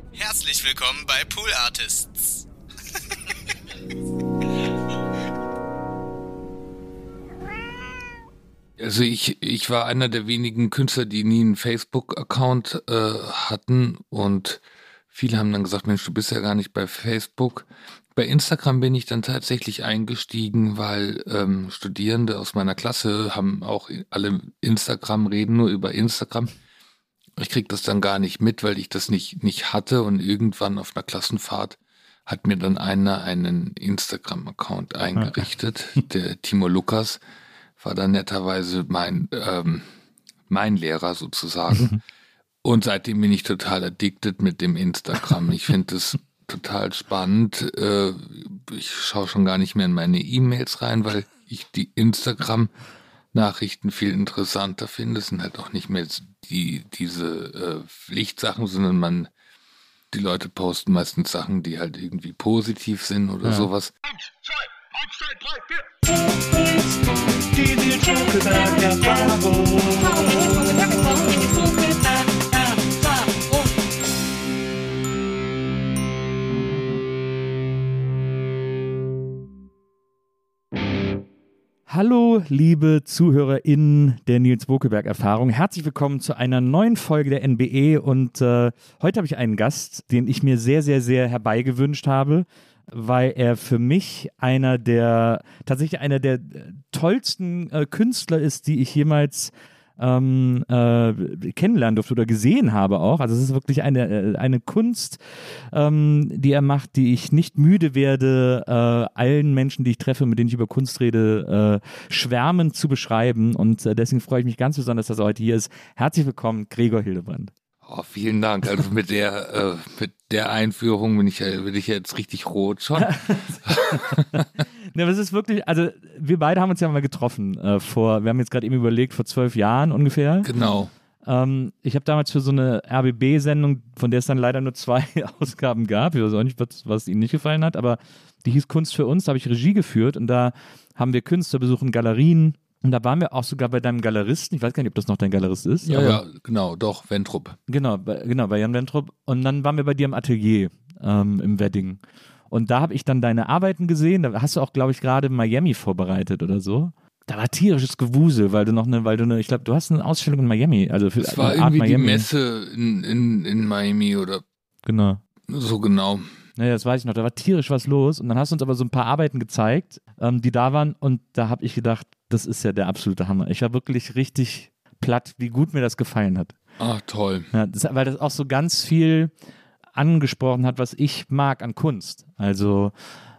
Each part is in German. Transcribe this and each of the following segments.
Herzlich willkommen bei Pool Artists. Also ich war einer der wenigen Künstler, die nie einen Facebook-Account hatten, und viele haben dann gesagt, Mensch, du bist ja gar nicht bei Facebook. Bei Instagram bin ich dann tatsächlich eingestiegen, weil Studierende aus meiner Klasse haben auch alle Instagram, reden nur über Instagram. Ich krieg das dann gar nicht mit, weil ich das nicht hatte, und irgendwann auf einer Klassenfahrt hat mir dann einer einen Instagram-Account eingerichtet, der Timo Lukas. War dann netterweise mein Lehrer sozusagen. Und seitdem bin ich total addicted mit dem Instagram. Ich finde es total spannend. Ich schaue schon gar nicht mehr in meine E-Mails rein, weil ich die Instagram-Nachrichten viel interessanter finde. Es sind halt auch nicht mehr diese Pflichtsachen, sondern die Leute posten meistens Sachen, die halt irgendwie positiv sind oder sowas. 1, 2, 3, 4. Die Nils Bokelberg-Erfahrung. Hallo, liebe ZuhörerInnen der Nils Bokelberg-Erfahrung. Herzlich willkommen zu einer neuen Folge der NBE. Und heute habe ich einen Gast, den ich mir sehr, sehr, sehr herbeigewünscht habe, weil er für mich tatsächlich einer der tollsten Künstler ist, die ich jemals kennenlernen durfte oder gesehen habe auch. Also es ist wirklich eine Kunst, die er macht, die ich nicht müde werde, allen Menschen, die ich treffe, mit denen ich über Kunst rede, schwärmend zu beschreiben. Und deswegen freue ich mich ganz besonders, dass er heute hier ist. Herzlich willkommen, Gregor Hildebrand. Oh, vielen Dank. Also mit der Einführung bin ich jetzt richtig rot schon. Ja, das ist wirklich, also wir beide haben uns ja mal getroffen wir haben jetzt gerade eben überlegt, vor 12 Jahren ungefähr. Genau. Ich habe damals für so eine RBB-Sendung, von der es dann leider nur 2 Ausgaben gab, ich weiß auch nicht, was Ihnen nicht gefallen hat, aber die hieß Kunst für uns, da habe ich Regie geführt, und da haben wir Künstler besuchen, Galerien, und da waren wir auch sogar bei deinem Galeristen, ich weiß gar nicht, ob das noch dein Galerist ist. Ja, genau, doch, Wentrup. Genau, bei Jan Wentrup, und dann waren wir bei dir im Atelier im Wedding. Und da habe ich dann deine Arbeiten gesehen. Da hast du auch, glaube ich, gerade Miami vorbereitet oder so. Da war tierisches Gewusel, ich glaube, du hast eine Ausstellung in Miami. Also für es war Art irgendwie Miami. die Messe in Miami oder Genau. so genau. Naja, das weiß ich noch. Da war tierisch was los. Und dann hast du uns aber so ein paar Arbeiten gezeigt, die da waren. Und da habe ich gedacht, das ist ja der absolute Hammer. Ich war wirklich richtig platt, wie gut mir das gefallen hat. Ach, toll. Ja, weil das auch so ganz viel angesprochen hat, was ich mag an Kunst. Also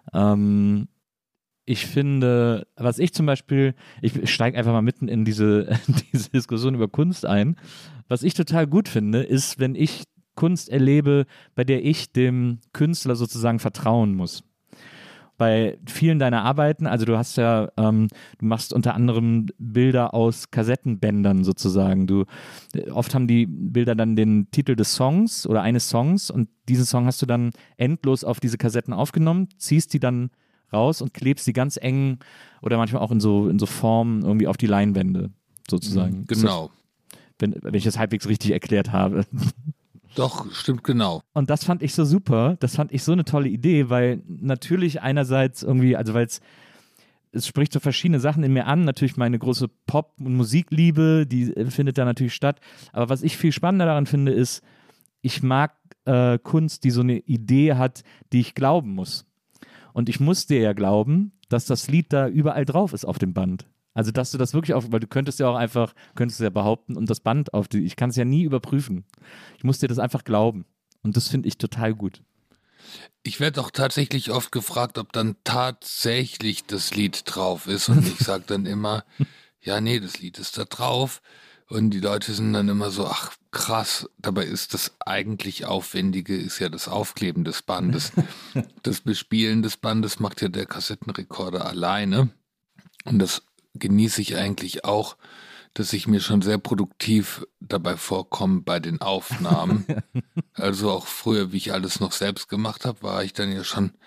ich finde, was ich zum Beispiel, ich steige einfach mal mitten in diese Diskussion über Kunst ein. Was ich total gut finde, ist, wenn ich Kunst erlebe, bei der ich dem Künstler sozusagen vertrauen muss. Bei vielen deiner Arbeiten, also du hast ja, du machst unter anderem Bilder aus Kassettenbändern sozusagen. Oft haben die Bilder dann den Titel des Songs oder eines Songs, und diesen Song hast du dann endlos auf diese Kassetten aufgenommen, ziehst die dann raus und klebst die ganz eng oder manchmal auch in so Formen irgendwie auf die Leinwände sozusagen. Genau. Wenn ich das halbwegs richtig erklärt habe. Doch, stimmt genau. Und das fand ich so super, das fand ich so eine tolle Idee, weil natürlich einerseits irgendwie, also weil es spricht so verschiedene Sachen in mir an, natürlich meine große Pop- und Musikliebe, die findet da natürlich statt, aber was ich viel spannender daran finde, ist, ich mag Kunst, die so eine Idee hat, die ich glauben muss. Und ich muss dir ja glauben, dass das Lied da überall drauf ist auf dem Band. Also, dass du das wirklich weil du könntest ja behaupten und das Band ich kann es ja nie überprüfen. Ich muss dir das einfach glauben. Und das finde ich total gut. Ich werde auch tatsächlich oft gefragt, ob dann tatsächlich das Lied drauf ist, und ich sage dann immer, ja, nee, das Lied ist da drauf, und die Leute sind dann immer so, ach krass, dabei ist das eigentlich Aufwendige, ist ja das Aufkleben des Bandes. Das Bespielen des Bandes macht ja der Kassettenrekorder alleine, und das genieße ich eigentlich auch, dass ich mir schon sehr produktiv dabei vorkomme bei den Aufnahmen. Also auch früher, wie ich alles noch selbst gemacht habe, war ich dann ja schon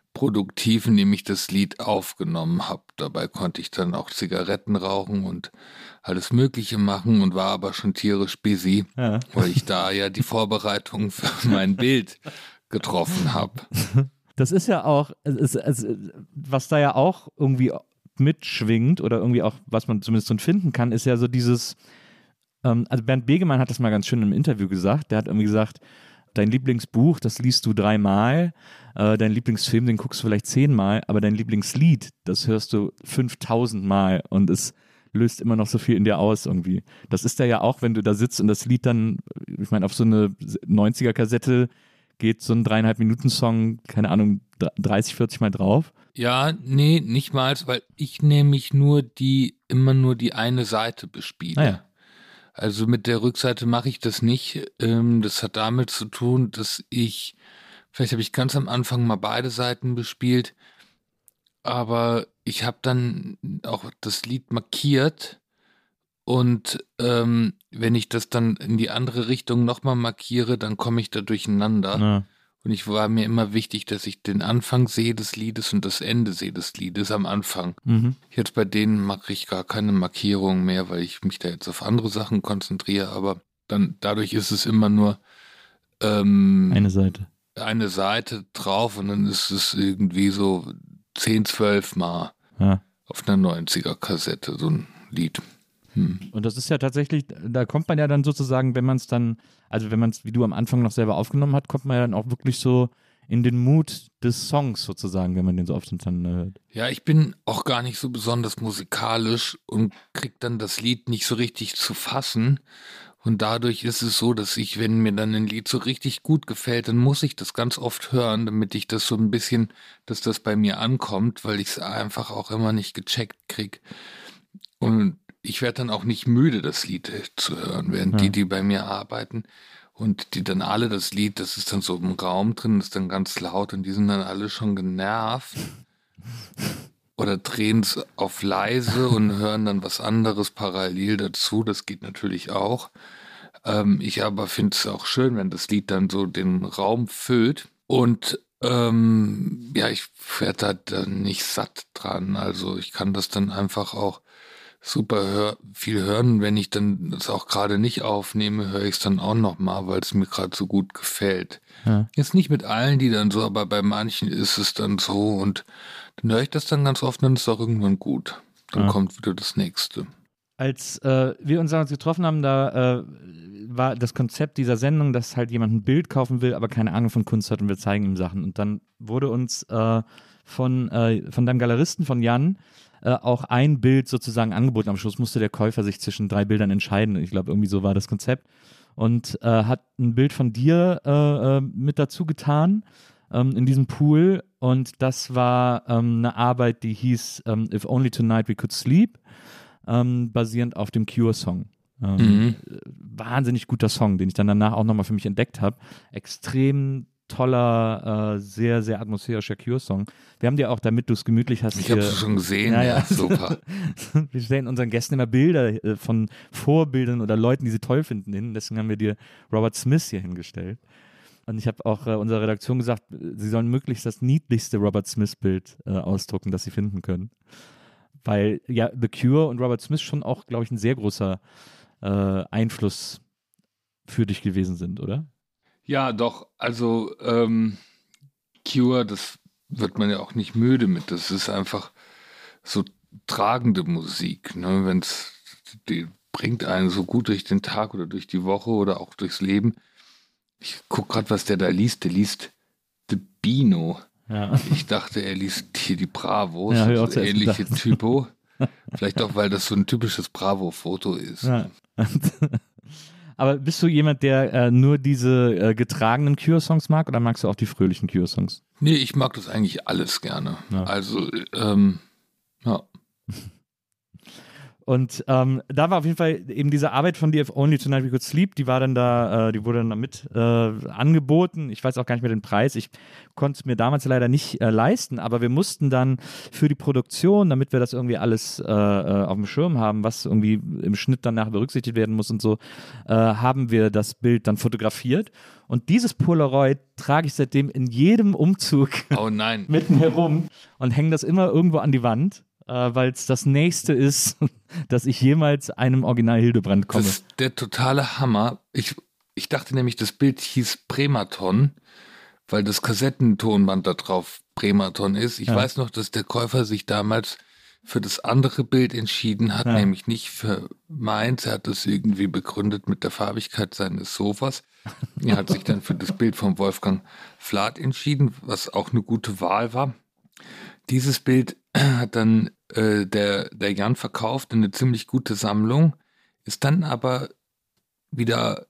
produktiv, indem ich das Lied aufgenommen habe. Dabei konnte ich dann auch Zigaretten rauchen und alles Mögliche machen und war aber schon tierisch busy, weil ich da ja die Vorbereitung für mein Bild getroffen habe. Das ist ja auch, was da ja auch irgendwie mitschwingt oder irgendwie auch, was man zumindest so finden kann, ist ja so dieses, also Bernd Begemann hat das mal ganz schön im Interview gesagt, der hat irgendwie gesagt, dein Lieblingsbuch, das liest du 3-mal, dein Lieblingsfilm, den guckst du vielleicht 10-mal, aber dein Lieblingslied, das hörst du 5000-mal und es löst immer noch so viel in dir aus irgendwie. Das ist ja auch, wenn du da sitzt und das Lied dann, ich meine, auf so eine 90er-Kassette geht so ein 3,5-Minuten-Song, keine Ahnung, 30, 40 Mal drauf. Ja, nee, nicht mal, weil ich nämlich immer nur die eine Seite bespiele. Ah, ja. Also mit der Rückseite mache ich das nicht. Das hat damit zu tun, dass vielleicht habe ich ganz am Anfang mal beide Seiten bespielt, aber ich habe dann auch das Lied markiert und wenn ich das dann in die andere Richtung nochmal markiere, dann komme ich da durcheinander. Ja. Und ich war mir immer wichtig, dass ich den Anfang sehe des Liedes und das Ende sehe des Liedes am Anfang. Jetzt bei denen mache ich gar keine Markierung mehr, weil ich mich da jetzt auf andere Sachen konzentriere, aber dann dadurch ist es immer nur Eine Seite. eine Seite drauf und dann ist es irgendwie so 10, 12 Mal auf einer 90er-Kassette, so ein Lied. Und das ist ja tatsächlich, da kommt man ja dann sozusagen, wenn man es dann, also wenn man es, wie du am Anfang noch selber aufgenommen hat, kommt man ja dann auch wirklich so in den Mut des Songs sozusagen, wenn man den so oft dann hört. Ja, ich bin auch gar nicht so besonders musikalisch und krieg dann das Lied nicht so richtig zu fassen. Und dadurch ist es so, dass ich, wenn mir dann ein Lied so richtig gut gefällt, dann muss ich das ganz oft hören, damit ich das so ein bisschen, dass das bei mir ankommt, weil ich es einfach auch immer nicht gecheckt krieg. Und ich werde dann auch nicht müde, das Lied zu hören, während die bei mir arbeiten und die dann alle das Lied, das ist dann so im Raum drin, ist dann ganz laut und die sind dann alle schon genervt oder drehen es auf leise und hören dann was anderes parallel dazu, das geht natürlich auch. Ich aber finde es auch schön, wenn das Lied dann so den Raum füllt und ich werde da nicht satt dran, also ich kann das dann einfach auch super viel hören. Wenn ich dann das auch gerade nicht aufnehme, höre ich es dann auch nochmal, weil es mir gerade so gut gefällt. Ja. Jetzt nicht mit allen Liedern so, aber bei manchen ist es dann so und dann höre ich das dann ganz oft, dann ist es auch irgendwann gut. Dann kommt wieder das Nächste. Als wir uns damals getroffen haben, da war das Konzept dieser Sendung, dass halt jemand ein Bild kaufen will, aber keine Ahnung von Kunst hat und wir zeigen ihm Sachen. Und dann wurde uns von deinem Galeristen, von Jan, auch ein Bild sozusagen angeboten. Am Schluss musste der Käufer sich zwischen 3 Bildern entscheiden. Ich glaube, irgendwie so war das Konzept. Und hat ein Bild von dir mit dazu getan in diesem Pool. Und das war eine Arbeit, die hieß If Only Tonight We Could Sleep, basierend auf dem Cure-Song. Wahnsinnig guter Song, den ich dann danach auch nochmal für mich entdeckt habe. Extrem toller, sehr, sehr atmosphärischer Cure-Song. Wir haben dir auch, damit du es gemütlich hast. Ich habe es schon gesehen, ja. Super. Wir stellen unseren Gästen immer Bilder von Vorbildern oder Leuten, die sie toll finden, hin. Deswegen haben wir dir Robert Smith hier hingestellt. Und ich habe auch unserer Redaktion gesagt, sie sollen möglichst das niedlichste Robert Smith-Bild ausdrucken, das sie finden können. Weil ja The Cure und Robert Smith schon auch, glaube ich, ein sehr großer Einfluss für dich gewesen sind, oder? Ja, doch. Also Cure, das wird man ja auch nicht müde mit. Das ist einfach so tragende Musik. Ne? Die bringt einen so gut durch den Tag oder durch die Woche oder auch durchs Leben. Ich gucke gerade, was der da liest. Der liest The Beano. Ja. Ich dachte, er liest hier die Bravos. Ja, so ähnliche Typo. Vielleicht auch, weil das so ein typisches Bravo-Foto ist. Ja. Aber bist du jemand, der nur diese getragenen Cure-Songs mag oder magst du auch die fröhlichen Cure-Songs? Nee, ich mag das eigentlich alles gerne. Ja. Also, ja. Und da war auf jeden Fall eben diese Arbeit von If Only Tonight We Could Sleep, die war dann da, die wurde dann mit angeboten. Ich weiß auch gar nicht mehr den Preis. Ich konnte es mir damals leider nicht leisten, aber wir mussten dann für die Produktion, damit wir das irgendwie alles auf dem Schirm haben, was irgendwie im Schnitt danach berücksichtigt werden muss und so, haben wir das Bild dann fotografiert. Und dieses Polaroid trage ich seitdem in jedem Umzug mit mir herum und hänge das immer irgendwo an die Wand, weil es das Nächste ist, dass ich jemals einem Original Hildebrand komme. Das ist der totale Hammer. Ich dachte nämlich, das Bild hieß Prematon, weil das Kassettentonband da drauf Prematon ist. Ich weiß noch, dass der Käufer sich damals für das andere Bild entschieden hat, nämlich nicht für meins. Er hat das irgendwie begründet mit der Farbigkeit seines Sofas. Er hat sich dann für das Bild von Wolfgang Flad entschieden, was auch eine gute Wahl war. Dieses Bild hat dann der Jan verkauft in eine ziemlich gute Sammlung, ist dann aber wieder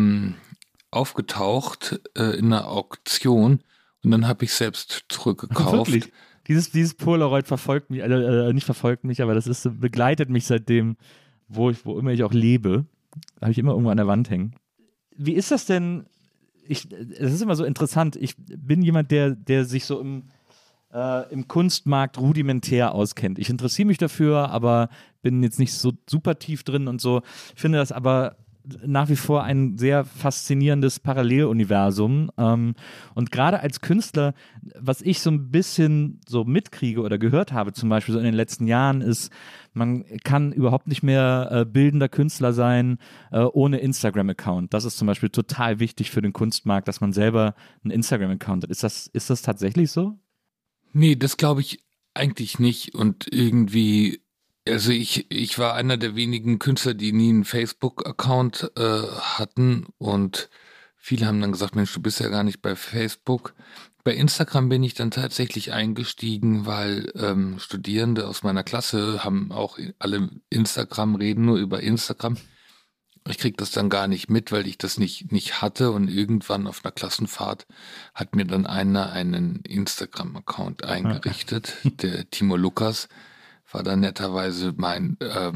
aufgetaucht in einer Auktion und dann habe ich selbst zurückgekauft. Wirklich? Dieses Polaroid verfolgt mich, nicht verfolgt mich, aber begleitet mich seitdem, wo immer ich auch lebe. Habe ich immer irgendwo an der Wand hängen. Wie ist das denn? Es ist immer so interessant. Ich bin jemand, der sich so im Kunstmarkt rudimentär auskennt. Ich interessiere mich dafür, aber bin jetzt nicht so super tief drin und so. Ich finde das aber nach wie vor ein sehr faszinierendes Paralleluniversum. Und gerade als Künstler, was ich so ein bisschen so mitkriege oder gehört habe, zum Beispiel so in den letzten Jahren, ist, man kann überhaupt nicht mehr bildender Künstler sein ohne Instagram-Account. Das ist zum Beispiel total wichtig für den Kunstmarkt, dass man selber einen Instagram-Account hat. Ist das tatsächlich so? Nee, das glaube ich eigentlich nicht. Und irgendwie, also ich war einer der wenigen Künstler, die nie einen Facebook-Account hatten. Und viele haben dann gesagt, Mensch, du bist ja gar nicht bei Facebook. Bei Instagram bin ich dann tatsächlich eingestiegen, weil Studierende aus meiner Klasse haben auch alle Instagram, reden nur über Instagram. Ich krieg das dann gar nicht mit, weil ich das nicht hatte und irgendwann auf einer Klassenfahrt hat mir dann einer einen Instagram-Account eingerichtet. Der Timo Lukas war dann netterweise mein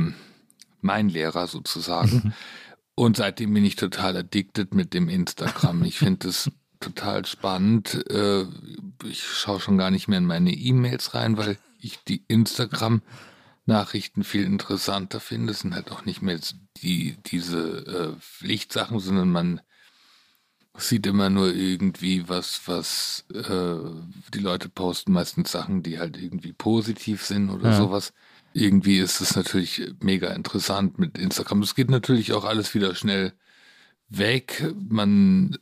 Lehrer sozusagen. Und seitdem bin ich total addicted mit dem Instagram. Ich finde es total spannend. Ich schaue schon gar nicht mehr in meine E-Mails rein, weil ich die Instagram-Nachrichten viel interessanter finde. Es sind halt auch nicht mehr diese Pflichtsachen, sondern man sieht immer nur irgendwie was die Leute posten, meistens Sachen, die halt irgendwie positiv sind oder sowas. Irgendwie ist es natürlich mega interessant mit Instagram. Es geht natürlich auch alles wieder schnell weg. Man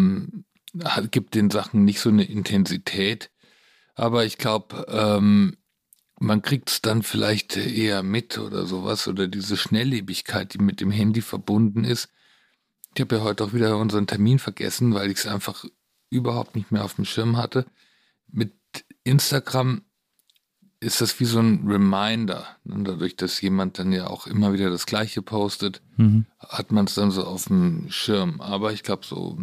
gibt den Sachen nicht so eine Intensität. Aber ich glaube, man kriegt es dann vielleicht eher mit oder sowas. Oder diese Schnelllebigkeit, die mit dem Handy verbunden ist. Ich habe ja heute auch wieder unseren Termin vergessen, weil ich es einfach überhaupt nicht mehr auf dem Schirm hatte. Mit Instagram ist das wie so ein Reminder. Und dadurch, dass jemand dann ja auch immer wieder das Gleiche postet, hat man es dann so auf dem Schirm. Aber ich glaube, so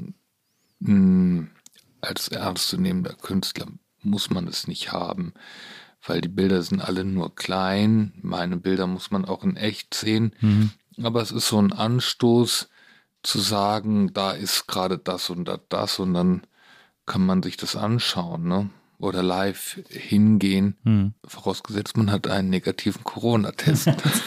als ernstzunehmender Künstler muss man es nicht haben, weil die Bilder sind alle nur klein. Meine Bilder muss man auch in echt sehen. Aber es ist so ein Anstoß zu sagen, da ist gerade das und und dann kann man sich das anschauen, ne? Oder live hingehen, vorausgesetzt man hat einen negativen Corona-Test.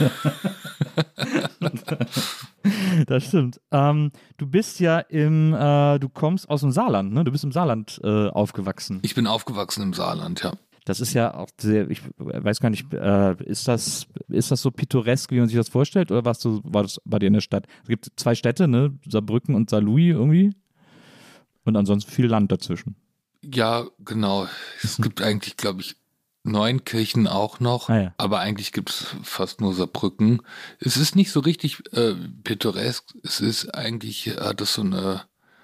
Das stimmt. Du bist ja du kommst aus dem Saarland, ne? Du bist im Saarland aufgewachsen. Ich bin aufgewachsen im Saarland, ja. Das ist ja auch sehr, ich weiß gar nicht, ist das so pittoresk, wie man sich das vorstellt, oder war das bei dir in der Stadt? Es gibt 2 Städte, ne? Saarbrücken und Saarlouis irgendwie. Und ansonsten viel Land dazwischen. Ja, genau. Es gibt eigentlich, glaube ich, Neunkirchen auch noch, aber eigentlich gibt es fast nur Saarbrücken. Es ist nicht so richtig pittoresk. Es ist eigentlich, hat es so eine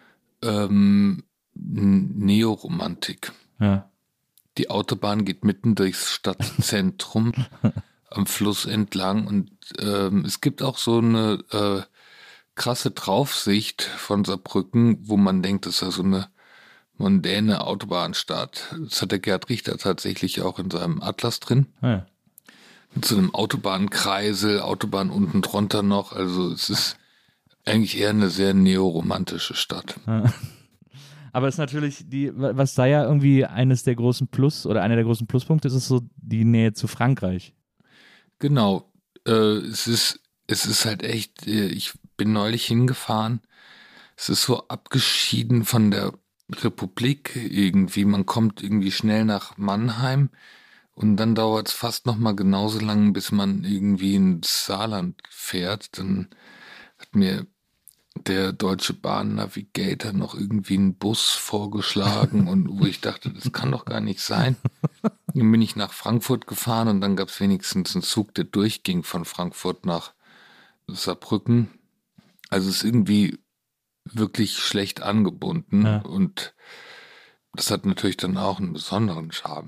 Neoromantik. Ja. Die Autobahn geht mitten durchs Stadtzentrum am Fluss entlang und es gibt auch so eine krasse Draufsicht von Saarbrücken, wo man denkt, das ist ja so eine mondäne Autobahnstadt. Das hat der Gerd Richter tatsächlich auch in seinem Atlas drin. mit so einem Autobahnkreisel, Autobahn unten drunter noch. Also es ist eigentlich eher eine sehr neoromantische Stadt. Aber es ist natürlich was da ja irgendwie eines der großen oder einer der großen Pluspunkte ist so die Nähe zu Frankreich. Genau. Es ist halt echt, ich bin neulich hingefahren. Es ist so abgeschieden von der Republik irgendwie. Man kommt irgendwie schnell nach Mannheim und dann dauert es fast nochmal genauso lang, bis man irgendwie ins Saarland fährt. Dann hat mir der Deutsche Bahn Navigator noch irgendwie einen Bus vorgeschlagen und wo ich dachte, das kann doch gar nicht sein. Dann bin ich nach Frankfurt gefahren und dann gab es wenigstens einen Zug, der durchging von Frankfurt nach Saarbrücken. Also es ist irgendwie wirklich schlecht angebunden und das hat natürlich dann auch einen besonderen Charme.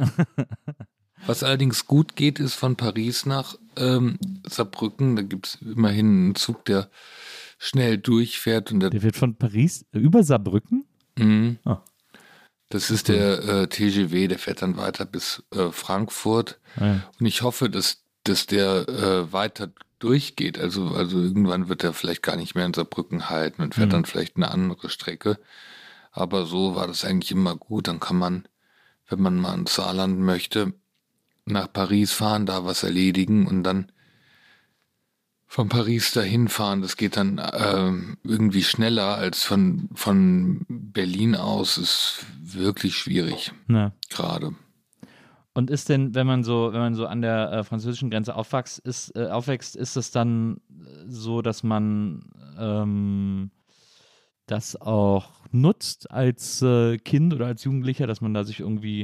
Was allerdings gut geht, ist von Paris nach Saarbrücken. Da gibt es immerhin einen Zug, der schnell durchfährt. Und der wird von Paris über Saarbrücken? Mhm. Oh. Das ist der TGV, der fährt dann weiter bis Frankfurt. Ja. Und ich hoffe, dass der weiter durchgeht. Also irgendwann wird er vielleicht gar nicht mehr in Saarbrücken halten und fährt dann vielleicht eine andere Strecke. Aber so war das eigentlich immer gut. Dann kann man, wenn man mal ins Saarland möchte, nach Paris fahren, da was erledigen und dann von Paris dahin fahren. Das geht dann irgendwie schneller als von Berlin aus. Ist wirklich schwierig. Gerade. Und ist denn, wenn man so an der französischen Grenze aufwächst, ist es dann so, dass man das auch nutzt als Kind oder als Jugendlicher, dass man da sich irgendwie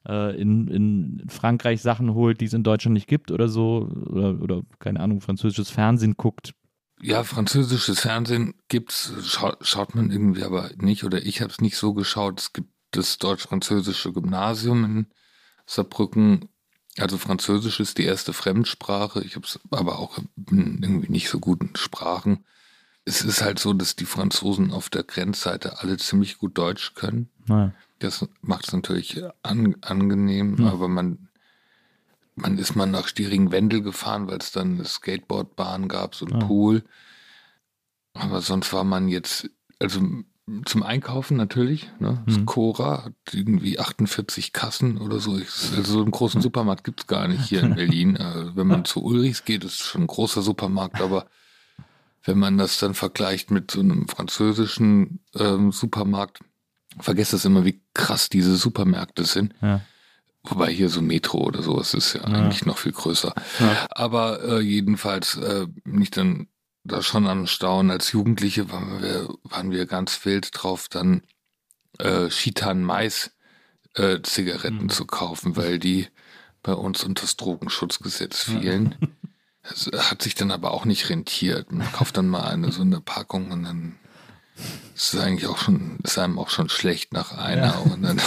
in Frankreich Sachen holt, die es in Deutschland nicht gibt oder so, oder keine Ahnung, französisches Fernsehen guckt? Ja, französisches Fernsehen gibt's, schaut man irgendwie aber nicht, oder ich habe es nicht so geschaut. Es gibt das deutsch-französische Gymnasium in Saarbrücken. Also Französisch ist die erste Fremdsprache. Ich habe es aber auch irgendwie nicht so gut in Sprachen. Es ist halt so, dass die Franzosen auf der Grenzseite alle ziemlich gut Deutsch können. Ja. Das macht es natürlich angenehm, aber man ist mal nach Stiring-Wendel gefahren, weil es dann eine Skateboardbahn gab, so ein Pool. Aber sonst war man jetzt, also zum Einkaufen natürlich, ne? Das Cora hat irgendwie 48 Kassen oder so. Also so einen großen Supermarkt gibt es gar nicht hier in Berlin. Wenn man zu Ulrichs geht, ist es schon ein großer Supermarkt, aber wenn man das dann vergleicht mit so einem französischen Supermarkt, vergesst das immer, wie krass diese Supermärkte sind. Ja. Wobei hier so Metro oder so, es ist ja eigentlich noch viel größer. Ja. Aber jedenfalls bin ich dann da schon am Staunen. Als Jugendliche waren wir ganz wild drauf, dann Chitan Mais Zigaretten zu kaufen, weil die bei uns unter das Drogenschutzgesetz fielen. Das hat sich dann aber auch nicht rentiert. Man kauft dann mal so eine Packung und dann ist einem auch schon schlecht nach einer. Ja. Und dann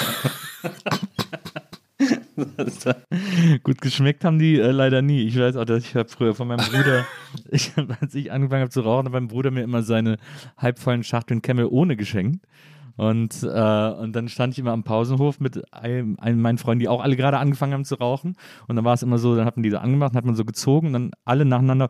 gut geschmeckt haben die leider nie. Ich weiß auch, dass ich habe früher von meinem Bruder, als ich angefangen habe zu rauchen, hat mein Bruder mir immer seine halbvollen Schachteln Camel ohne geschenkt. Und dann stand ich immer am Pausenhof mit einem meinen Freunden, die auch alle gerade angefangen haben zu rauchen. Und dann war es immer so, dann hat man die so angemacht, hat man so gezogen und dann alle nacheinander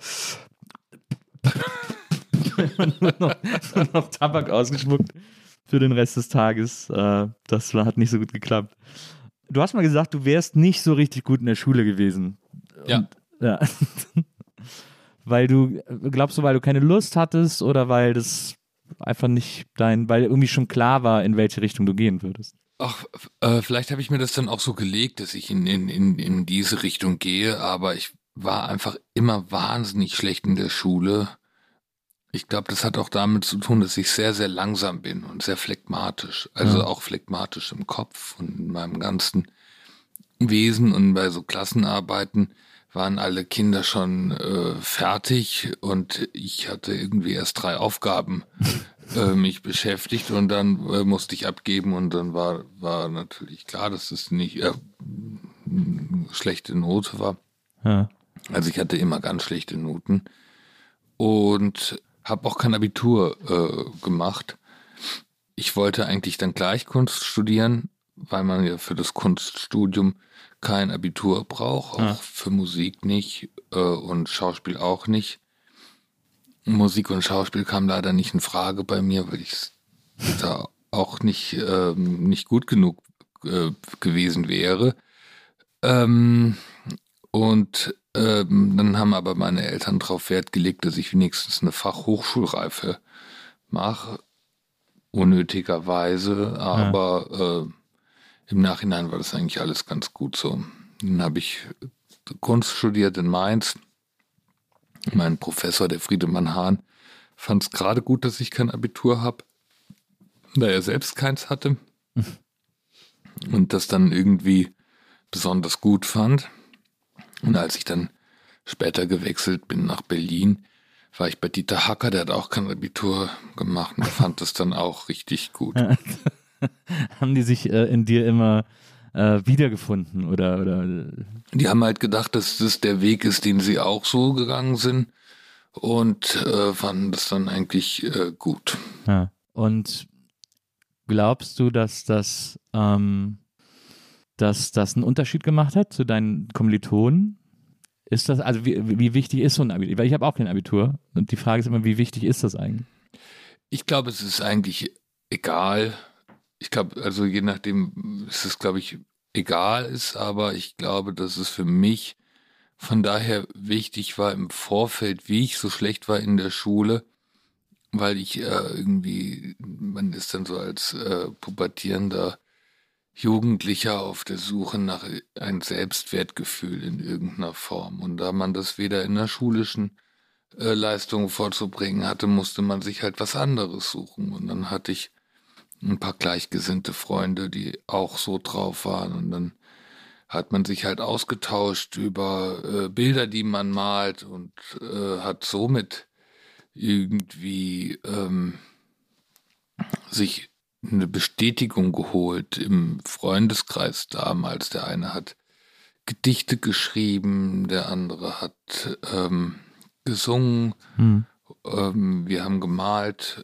nur noch Tabak ausgeschmuckt für den Rest des Tages. Das hat nicht so gut geklappt. Du hast mal gesagt, du wärst nicht so richtig gut in der Schule gewesen. Ja. Ja. Weil du keine Lust hattest oder weil das einfach nicht weil irgendwie schon klar war, in welche Richtung du gehen würdest? Ach, vielleicht habe ich mir das dann auch so gelegt, dass ich in diese Richtung gehe, aber ich war einfach immer wahnsinnig schlecht in der Schule. Ich glaube, das hat auch damit zu tun, dass ich sehr, sehr langsam bin und sehr phlegmatisch. Also auch phlegmatisch im Kopf und in meinem ganzen Wesen. Und bei so Klassenarbeiten waren alle Kinder schon fertig und ich hatte irgendwie erst 3 Aufgaben mich beschäftigt und dann musste ich abgeben und dann war natürlich klar, dass es nicht eine schlechte Note war. Ja. Also ich hatte immer ganz schlechte Noten und habe auch kein Abitur gemacht. Ich wollte eigentlich dann Gleichkunst studieren, weil man ja für das Kunststudium kein Abitur braucht, auch für Musik nicht und Schauspiel auch nicht. Musik und Schauspiel kam leider nicht in Frage bei mir, weil ich da auch nicht gut genug gewesen wäre. Dann haben aber meine Eltern darauf Wert gelegt, dass ich wenigstens eine Fachhochschulreife mache, unnötigerweise, aber im Nachhinein war das eigentlich alles ganz gut so. Dann habe ich Kunst studiert in Mainz. Mein Professor, der Friedemann Hahn, fand es gerade gut, dass ich kein Abitur habe, da er selbst keins hatte und das dann irgendwie besonders gut fand. Und als ich dann später gewechselt bin nach Berlin, war ich bei Dieter Hacker, der hat auch kein Abitur gemacht und der fand das dann auch richtig gut. Haben die sich in dir immer wiedergefunden oder? Die haben halt gedacht, dass das der Weg ist, den sie auch so gegangen sind und fanden das dann eigentlich gut. Ja. Und glaubst du, dass das einen Unterschied gemacht hat zu deinen Kommilitonen? Ist das, also wie wichtig ist so ein Abitur? Weil ich habe auch kein Abitur und die Frage ist immer, wie wichtig ist das eigentlich? Ich glaube, es ist eigentlich egal. Ich glaube, also je nachdem ist es, glaube ich, egal ist, aber ich glaube, dass es für mich von daher wichtig war im Vorfeld, wie ich so schlecht war in der Schule, weil ich man ist dann so als pubertierender Jugendlicher auf der Suche nach ein Selbstwertgefühl in irgendeiner Form. Und da man das weder in der schulischen Leistung vorzubringen hatte, musste man sich halt was anderes suchen. Und dann hatte ich ein paar gleichgesinnte Freunde, die auch so drauf waren. Und dann hat man sich halt ausgetauscht über Bilder, die man malt und hat somit irgendwie sich eine Bestätigung geholt im Freundeskreis damals. Der eine hat Gedichte geschrieben, der andere hat gesungen, wir haben gemalt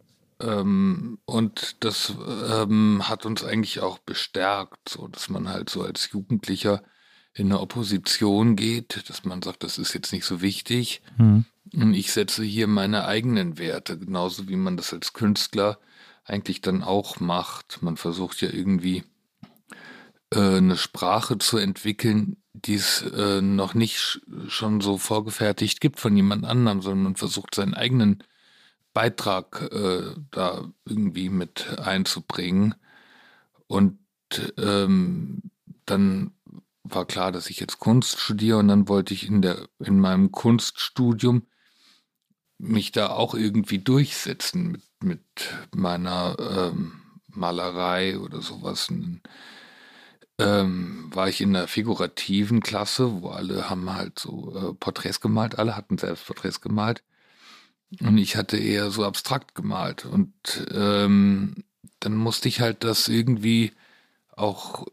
und das hat uns eigentlich auch bestärkt, so dass man halt so als Jugendlicher in eine Opposition geht, dass man sagt, das ist jetzt nicht so wichtig und ich setze hier meine eigenen Werte, genauso wie man das als Künstler eigentlich dann auch macht. Man versucht ja irgendwie eine Sprache zu entwickeln, die es noch nicht schon so vorgefertigt gibt von jemand anderem, sondern man versucht seinen eigenen Beitrag da irgendwie mit einzubringen. Und dann war klar, dass ich jetzt Kunst studiere und dann wollte ich in meinem Kunststudium mich da auch irgendwie durchsetzen mit meiner Malerei oder sowas. Und war ich in der figurativen Klasse, wo alle haben halt so Porträts gemalt, alle hatten selbst Porträts gemalt und ich hatte eher so abstrakt gemalt und dann musste ich halt das irgendwie auch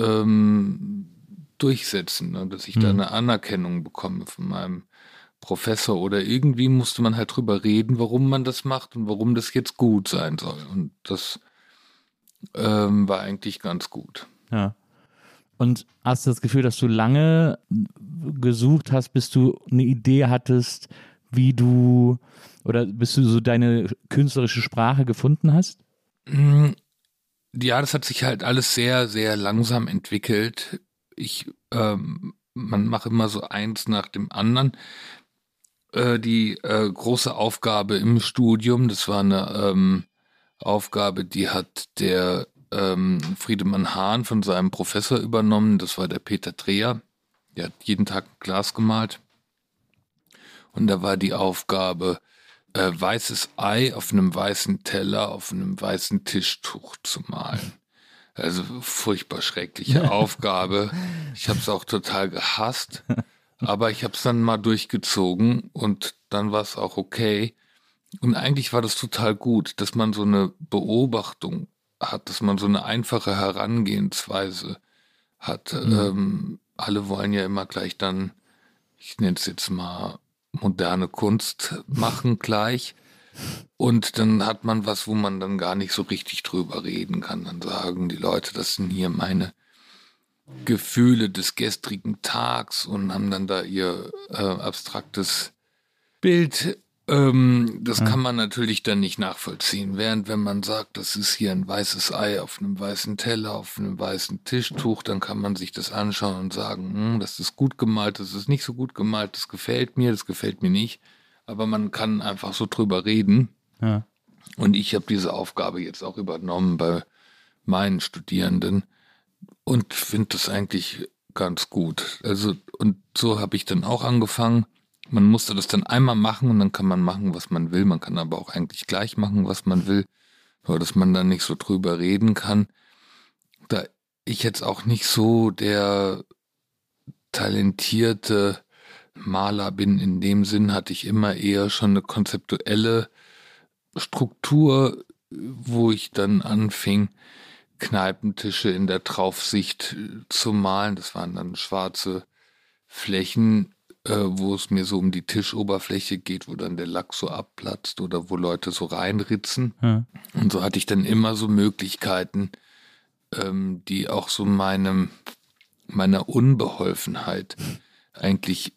durchsetzen, ne, dass ich da eine Anerkennung bekomme von meinem Professor oder irgendwie musste man halt drüber reden, warum man das macht und warum das jetzt gut sein soll und das war eigentlich ganz gut. Ja. Und hast du das Gefühl, dass du lange gesucht hast, bis du eine Idee hattest, wie du oder bis du so deine künstlerische Sprache gefunden hast? Ja, das hat sich halt alles sehr, sehr langsam entwickelt. Man macht immer so eins nach dem anderen. Die große Aufgabe im Studium, das war eine Aufgabe, die hat der Friedemann Hahn von seinem Professor übernommen, das war der Peter Dreher, der hat jeden Tag ein Glas gemalt und da war die Aufgabe, weißes Ei auf einem weißen Teller auf einem weißen Tischtuch zu malen. Also furchtbar schreckliche Aufgabe, ich habe es auch total gehasst, aber ich habe es dann mal durchgezogen und dann war es auch okay und eigentlich war das total gut, dass man so eine Beobachtung hat, dass man so eine einfache Herangehensweise hat. Alle wollen ja immer gleich dann, ich nenne es jetzt mal moderne Kunst machen gleich. Und dann hat man was, wo man dann gar nicht so richtig drüber reden kann. Dann sagen die Leute, das sind hier meine Gefühle des gestrigen Tags und haben dann da ihr abstraktes Bild. Das kann man natürlich dann nicht nachvollziehen. Während wenn man sagt, das ist hier ein weißes Ei auf einem weißen Teller, auf einem weißen Tischtuch, dann kann man sich das anschauen und sagen, das ist gut gemalt, das ist nicht so gut gemalt, das gefällt mir nicht. Aber man kann einfach so drüber reden. Ja. Und ich habe diese Aufgabe jetzt auch übernommen bei meinen Studierenden und finde das eigentlich ganz gut. Also, und so habe ich dann auch angefangen. Man musste das dann einmal machen und dann kann man machen, was man will. Man kann aber auch eigentlich gleich machen, was man will, nur dass man dann nicht so drüber reden kann. Da ich jetzt auch nicht so der talentierte Maler bin, in dem Sinn hatte ich immer eher schon eine konzeptuelle Struktur, wo ich dann anfing, Kneipentische in der Draufsicht zu malen. Das waren dann schwarze Flächen, wo es mir so um die Tischoberfläche geht, wo dann der Lack so abplatzt oder wo Leute so reinritzen. Ja. Und so hatte ich dann immer so Möglichkeiten, die auch so meiner Unbeholfenheit eigentlich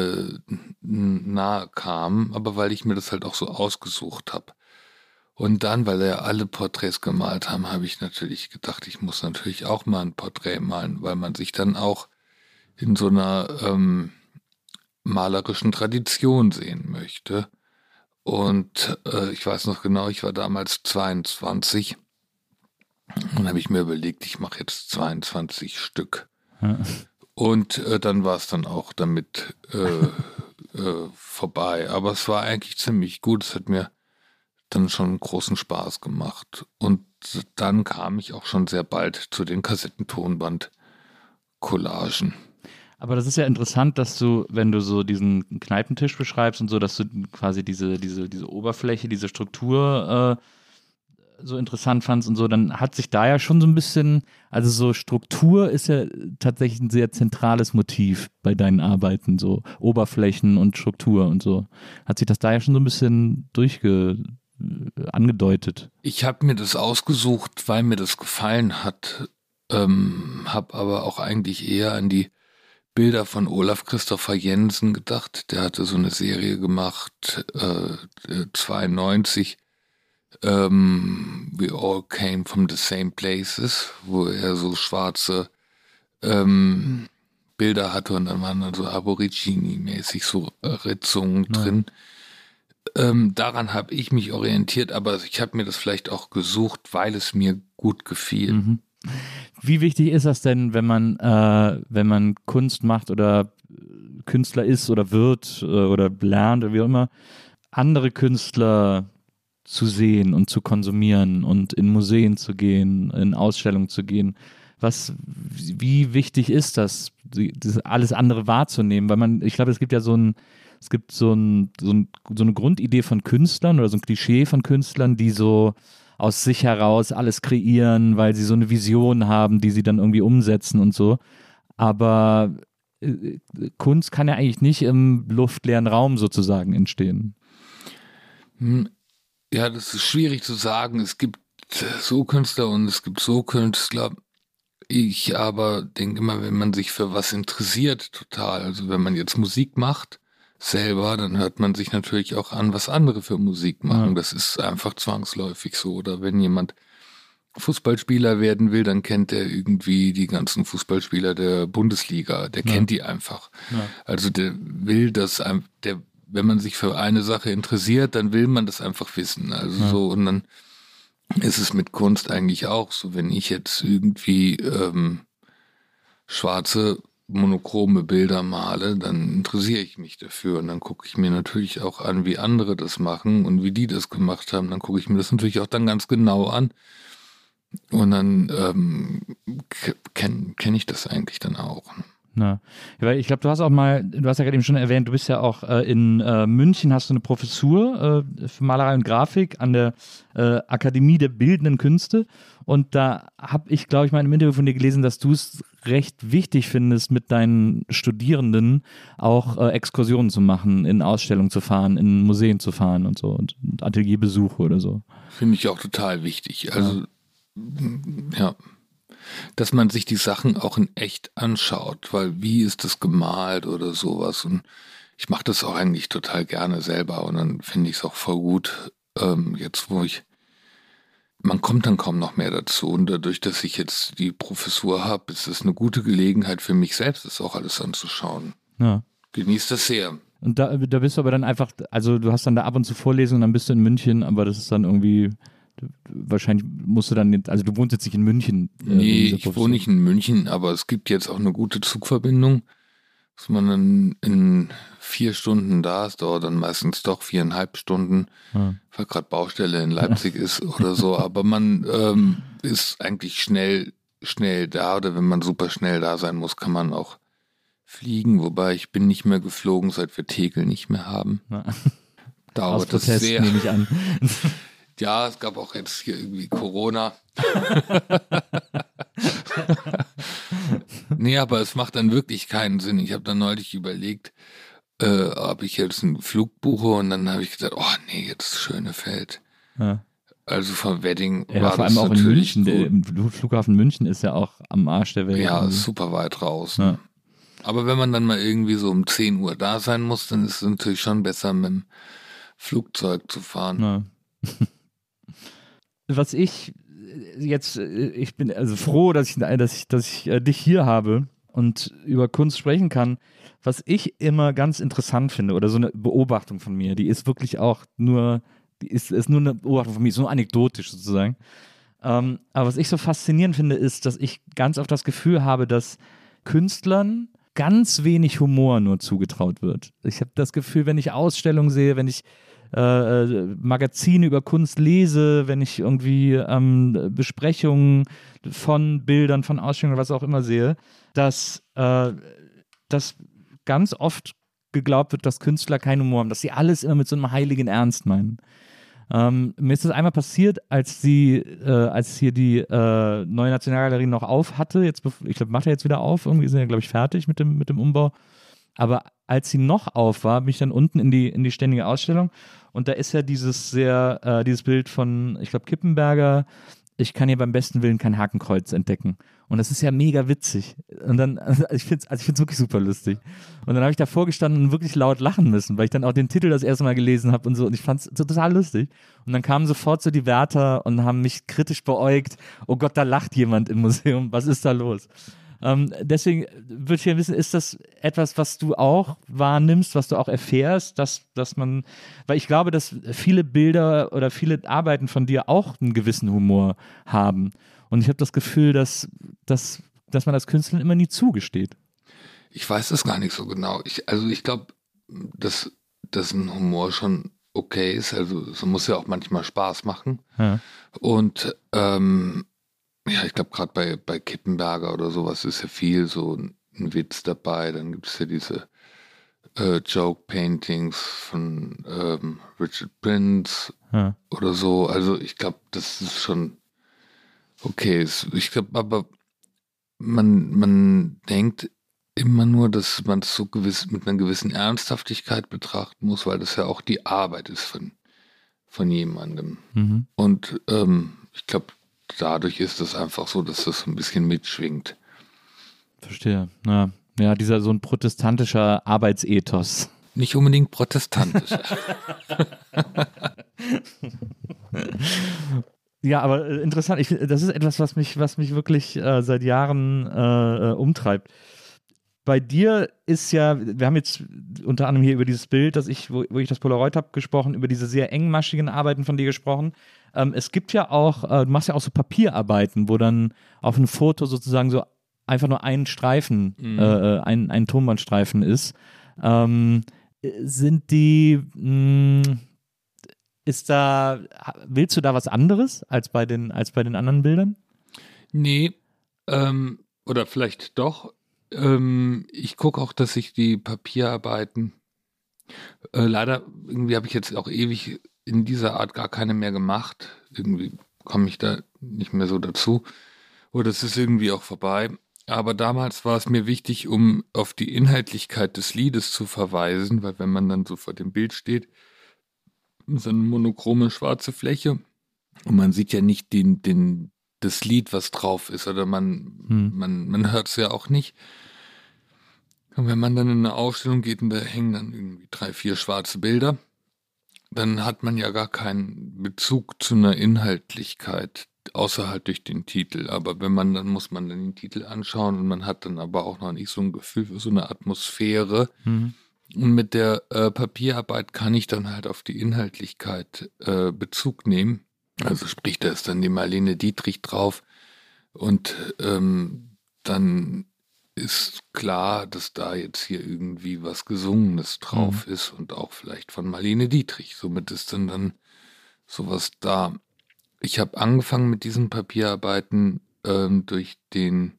nahe kamen, aber weil ich mir das halt auch so ausgesucht habe. Und dann, weil er alle Porträts gemalt haben, habe ich natürlich gedacht, ich muss natürlich auch mal ein Porträt malen, weil man sich dann auch in so einer malerischen Tradition sehen möchte. Und ich weiß noch genau, ich war damals 22 und habe ich mir überlegt, ich mache jetzt 22 Stück. Ja. Und dann war es dann auch damit vorbei. Aber es war eigentlich ziemlich gut. Es hat mir dann schon großen Spaß gemacht. Und dann kam ich auch schon sehr bald zu den Kassettentonband-Collagen. Aber das ist ja interessant, dass du, wenn du so diesen Kneipentisch beschreibst und so, dass du quasi diese Oberfläche, diese Struktur so interessant fandst und so, dann hat sich da ja schon so ein bisschen, also so Struktur ist ja tatsächlich ein sehr zentrales Motiv bei deinen Arbeiten, so Oberflächen und Struktur und so. Hat sich das da ja schon so ein bisschen angedeutet? Ich habe mir das ausgesucht, weil mir das gefallen hat, habe aber auch eigentlich eher an die Bilder von Olaf Christopher Jensen gedacht. Der hatte so eine Serie gemacht, 92, We All Came from the Same Places, wo er so schwarze Bilder hatte und dann waren dann so Aborigine-mäßig so Ritzungen drin. Daran habe ich mich orientiert, aber ich habe mir das vielleicht auch gesucht, weil es mir gut gefiel. Mhm. Wie wichtig ist das denn, wenn man Kunst macht oder Künstler ist oder wird oder lernt oder wie auch immer, andere Künstler zu sehen und zu konsumieren und in Museen zu gehen, in Ausstellungen zu gehen? Wie wichtig ist das alles andere wahrzunehmen? Weil ich glaube, es gibt ja so eine Grundidee von Künstlern oder so ein Klischee von Künstlern, die so aus sich heraus alles kreieren, weil sie so eine Vision haben, die sie dann irgendwie umsetzen und so. Aber Kunst kann ja eigentlich nicht im luftleeren Raum sozusagen entstehen. Ja, das ist schwierig zu sagen. Es gibt so Künstler und es gibt so Künstler. Ich aber denke immer, wenn man sich für was interessiert, total, also wenn man jetzt Musik macht, selber, dann hört man sich natürlich auch an, was andere für Musik machen. Ja. Das ist einfach zwangsläufig so. Oder wenn jemand Fußballspieler werden will, dann kennt er irgendwie die ganzen Fußballspieler der Bundesliga. Der kennt die einfach. Ja. Also der will das, wenn man sich für eine Sache interessiert, dann will man das einfach wissen. Also so, und dann ist es mit Kunst eigentlich auch so. Wenn ich jetzt irgendwie schwarze monochrome Bilder male, dann interessiere ich mich dafür und dann gucke ich mir natürlich auch an, wie andere das machen und wie die das gemacht haben. Dann gucke ich mir das natürlich auch dann ganz genau an und dann kenn ich das eigentlich dann auch. Na, weil ich glaube, du hast ja gerade eben schon erwähnt, du bist ja auch in München, hast du eine Professur für Malerei und Grafik an der Akademie der Bildenden Künste. Und da habe ich, glaube ich, mal in einem Interview von dir gelesen, dass du es recht wichtig findest, mit deinen Studierenden auch Exkursionen zu machen, in Ausstellungen zu fahren, in Museen zu fahren und so und Atelierbesuche oder so. Finde ich auch total wichtig. Also, ja. Dass man sich die Sachen auch in echt anschaut, weil wie ist das gemalt oder sowas, und ich mache das auch eigentlich total gerne selber, und dann finde ich es auch voll gut, jetzt man kommt dann kaum noch mehr dazu, und dadurch, dass ich jetzt die Professur habe, ist es eine gute Gelegenheit für mich selbst, das auch alles anzuschauen. Ja. Genießt das sehr. Und da bist du aber dann einfach, also du hast dann da ab und zu Vorlesungen, dann bist du in München, aber das ist dann irgendwie, wahrscheinlich musst du dann, also du wohnst jetzt nicht in München. Nee, ich wohne nicht in München, aber es gibt jetzt auch eine gute Zugverbindung, dass man dann in 4 Stunden da ist, dauert dann meistens doch 4,5 Stunden, weil gerade Baustelle in Leipzig ist oder so, aber man ist eigentlich schnell da, oder wenn man super schnell da sein muss, kann man auch fliegen, wobei ich bin nicht mehr geflogen, seit wir Tegel nicht mehr haben. Dauert das sehr. Nehme ich an. Ja, es gab auch jetzt hier irgendwie Corona. Nee, aber es macht dann wirklich keinen Sinn. Ich habe dann neulich überlegt, ob ich jetzt einen Flug buche, und dann habe ich gesagt, oh nee, jetzt Schönefeld. Ja. Also von Wedding ja, war vor allem das auch natürlich in München. Der Flughafen München ist ja auch am Arsch der Welt. Ja, super weit raus. Ja. Aber wenn man dann mal irgendwie so um 10 Uhr da sein muss, dann ist es natürlich schon besser, mit dem Flugzeug zu fahren. Ja. Was ich bin also froh, dass ich dich hier habe und über Kunst sprechen kann. Was ich immer ganz interessant finde, oder so eine Beobachtung von mir, die ist wirklich auch nur eine Beobachtung von mir, so anekdotisch sozusagen. Aber was ich so faszinierend finde, ist, dass ich ganz oft das Gefühl habe, dass Künstlern ganz wenig Humor nur zugetraut wird. Ich habe das Gefühl, wenn ich Ausstellungen sehe, wenn ich Magazine über Kunst lese, wenn ich irgendwie Besprechungen von Bildern, von Ausstellungen, was auch immer sehe, dass ganz oft geglaubt wird, dass Künstler keinen Humor haben, dass sie alles immer mit so einem heiligen Ernst meinen. Mir ist das einmal passiert, als hier die neue Nationalgalerie noch auf hatte. Ich glaube, macht er jetzt wieder auf. Irgendwie sind ja, glaube ich, fertig mit dem Umbau. Aber als sie noch auf war, bin ich dann unten in die ständige Ausstellung, und da ist ja dieses Bild von, ich glaube, Kippenberger, ich kann hier beim besten Willen kein Hakenkreuz entdecken. Und das ist ja mega witzig. Und dann, ich finde es wirklich super lustig. Und dann habe ich davor gestanden und wirklich laut lachen müssen, weil ich dann auch den Titel das erste Mal gelesen habe und so, und ich fand es total lustig. Und dann kamen sofort so die Wärter und haben mich kritisch beäugt. Oh Gott, da lacht jemand im Museum. Was ist da los? Deswegen würde ich gerne wissen, ist das etwas, was du auch wahrnimmst, was du auch erfährst, dass man, weil ich glaube, dass viele Bilder oder viele Arbeiten von dir auch einen gewissen Humor haben. Und ich habe das Gefühl, dass man das Künstlern immer nie zugesteht. Ich weiß das gar nicht so genau. Ich glaube, dass ein Humor schon okay ist. Also es muss ja auch manchmal Spaß machen. Ja. Und ja, ich glaube, gerade bei Kippenberger oder sowas ist ja viel so ein Witz dabei. Dann gibt es ja diese Joke-Paintings von Richard Prince oder so. Also ich glaube, das ist schon okay. Ich glaube, aber man denkt immer nur, dass man es so mit einer gewissen Ernsthaftigkeit betrachten muss, weil das ja auch die Arbeit ist von jemandem. Mhm. Und ich glaube, dadurch ist es einfach so, dass das ein bisschen mitschwingt. Verstehe. Ja, dieser so ein protestantischer Arbeitsethos. Nicht unbedingt protestantisch. Ja, aber interessant. Das ist etwas, was mich wirklich seit Jahren umtreibt. Bei dir ist ja, wir haben jetzt unter anderem hier über dieses Bild, wo ich das Polaroid habe, gesprochen, über diese sehr engmaschigen Arbeiten von dir gesprochen. Es gibt ja auch, du machst ja auch so Papierarbeiten, wo dann auf einem Foto sozusagen so einfach nur ein Streifen, ein Tonbandstreifen ist. Willst du da was anderes als bei den anderen Bildern? Nee, oder vielleicht doch. Ich gucke auch, dass ich die Papierarbeiten, leider, irgendwie habe ich jetzt auch ewig in dieser Art gar keine mehr gemacht. Irgendwie komme ich da nicht mehr so dazu. Oder es ist irgendwie auch vorbei. Aber damals war es mir wichtig, um auf die Inhaltlichkeit des Liedes zu verweisen, weil wenn man dann so vor dem Bild steht, so eine monochrome schwarze Fläche und man sieht ja nicht das Lied, was drauf ist, oder man hört es ja auch nicht. Und wenn man dann in eine Ausstellung geht und da hängen dann irgendwie 3, 4 schwarze Bilder, dann hat man ja gar keinen Bezug zu einer Inhaltlichkeit, außer halt durch den Titel. Aber dann muss man dann den Titel anschauen und man hat dann aber auch noch nicht so ein Gefühl für so eine Atmosphäre. Und mit der Papierarbeit kann ich dann halt auf die Inhaltlichkeit Bezug nehmen. Also sprich, da ist dann die Marlene Dietrich drauf und dann ist klar, dass da jetzt hier irgendwie was Gesungenes drauf ist und auch vielleicht von Marlene Dietrich. Somit ist dann sowas da. Ich habe angefangen mit diesen Papierarbeiten durch den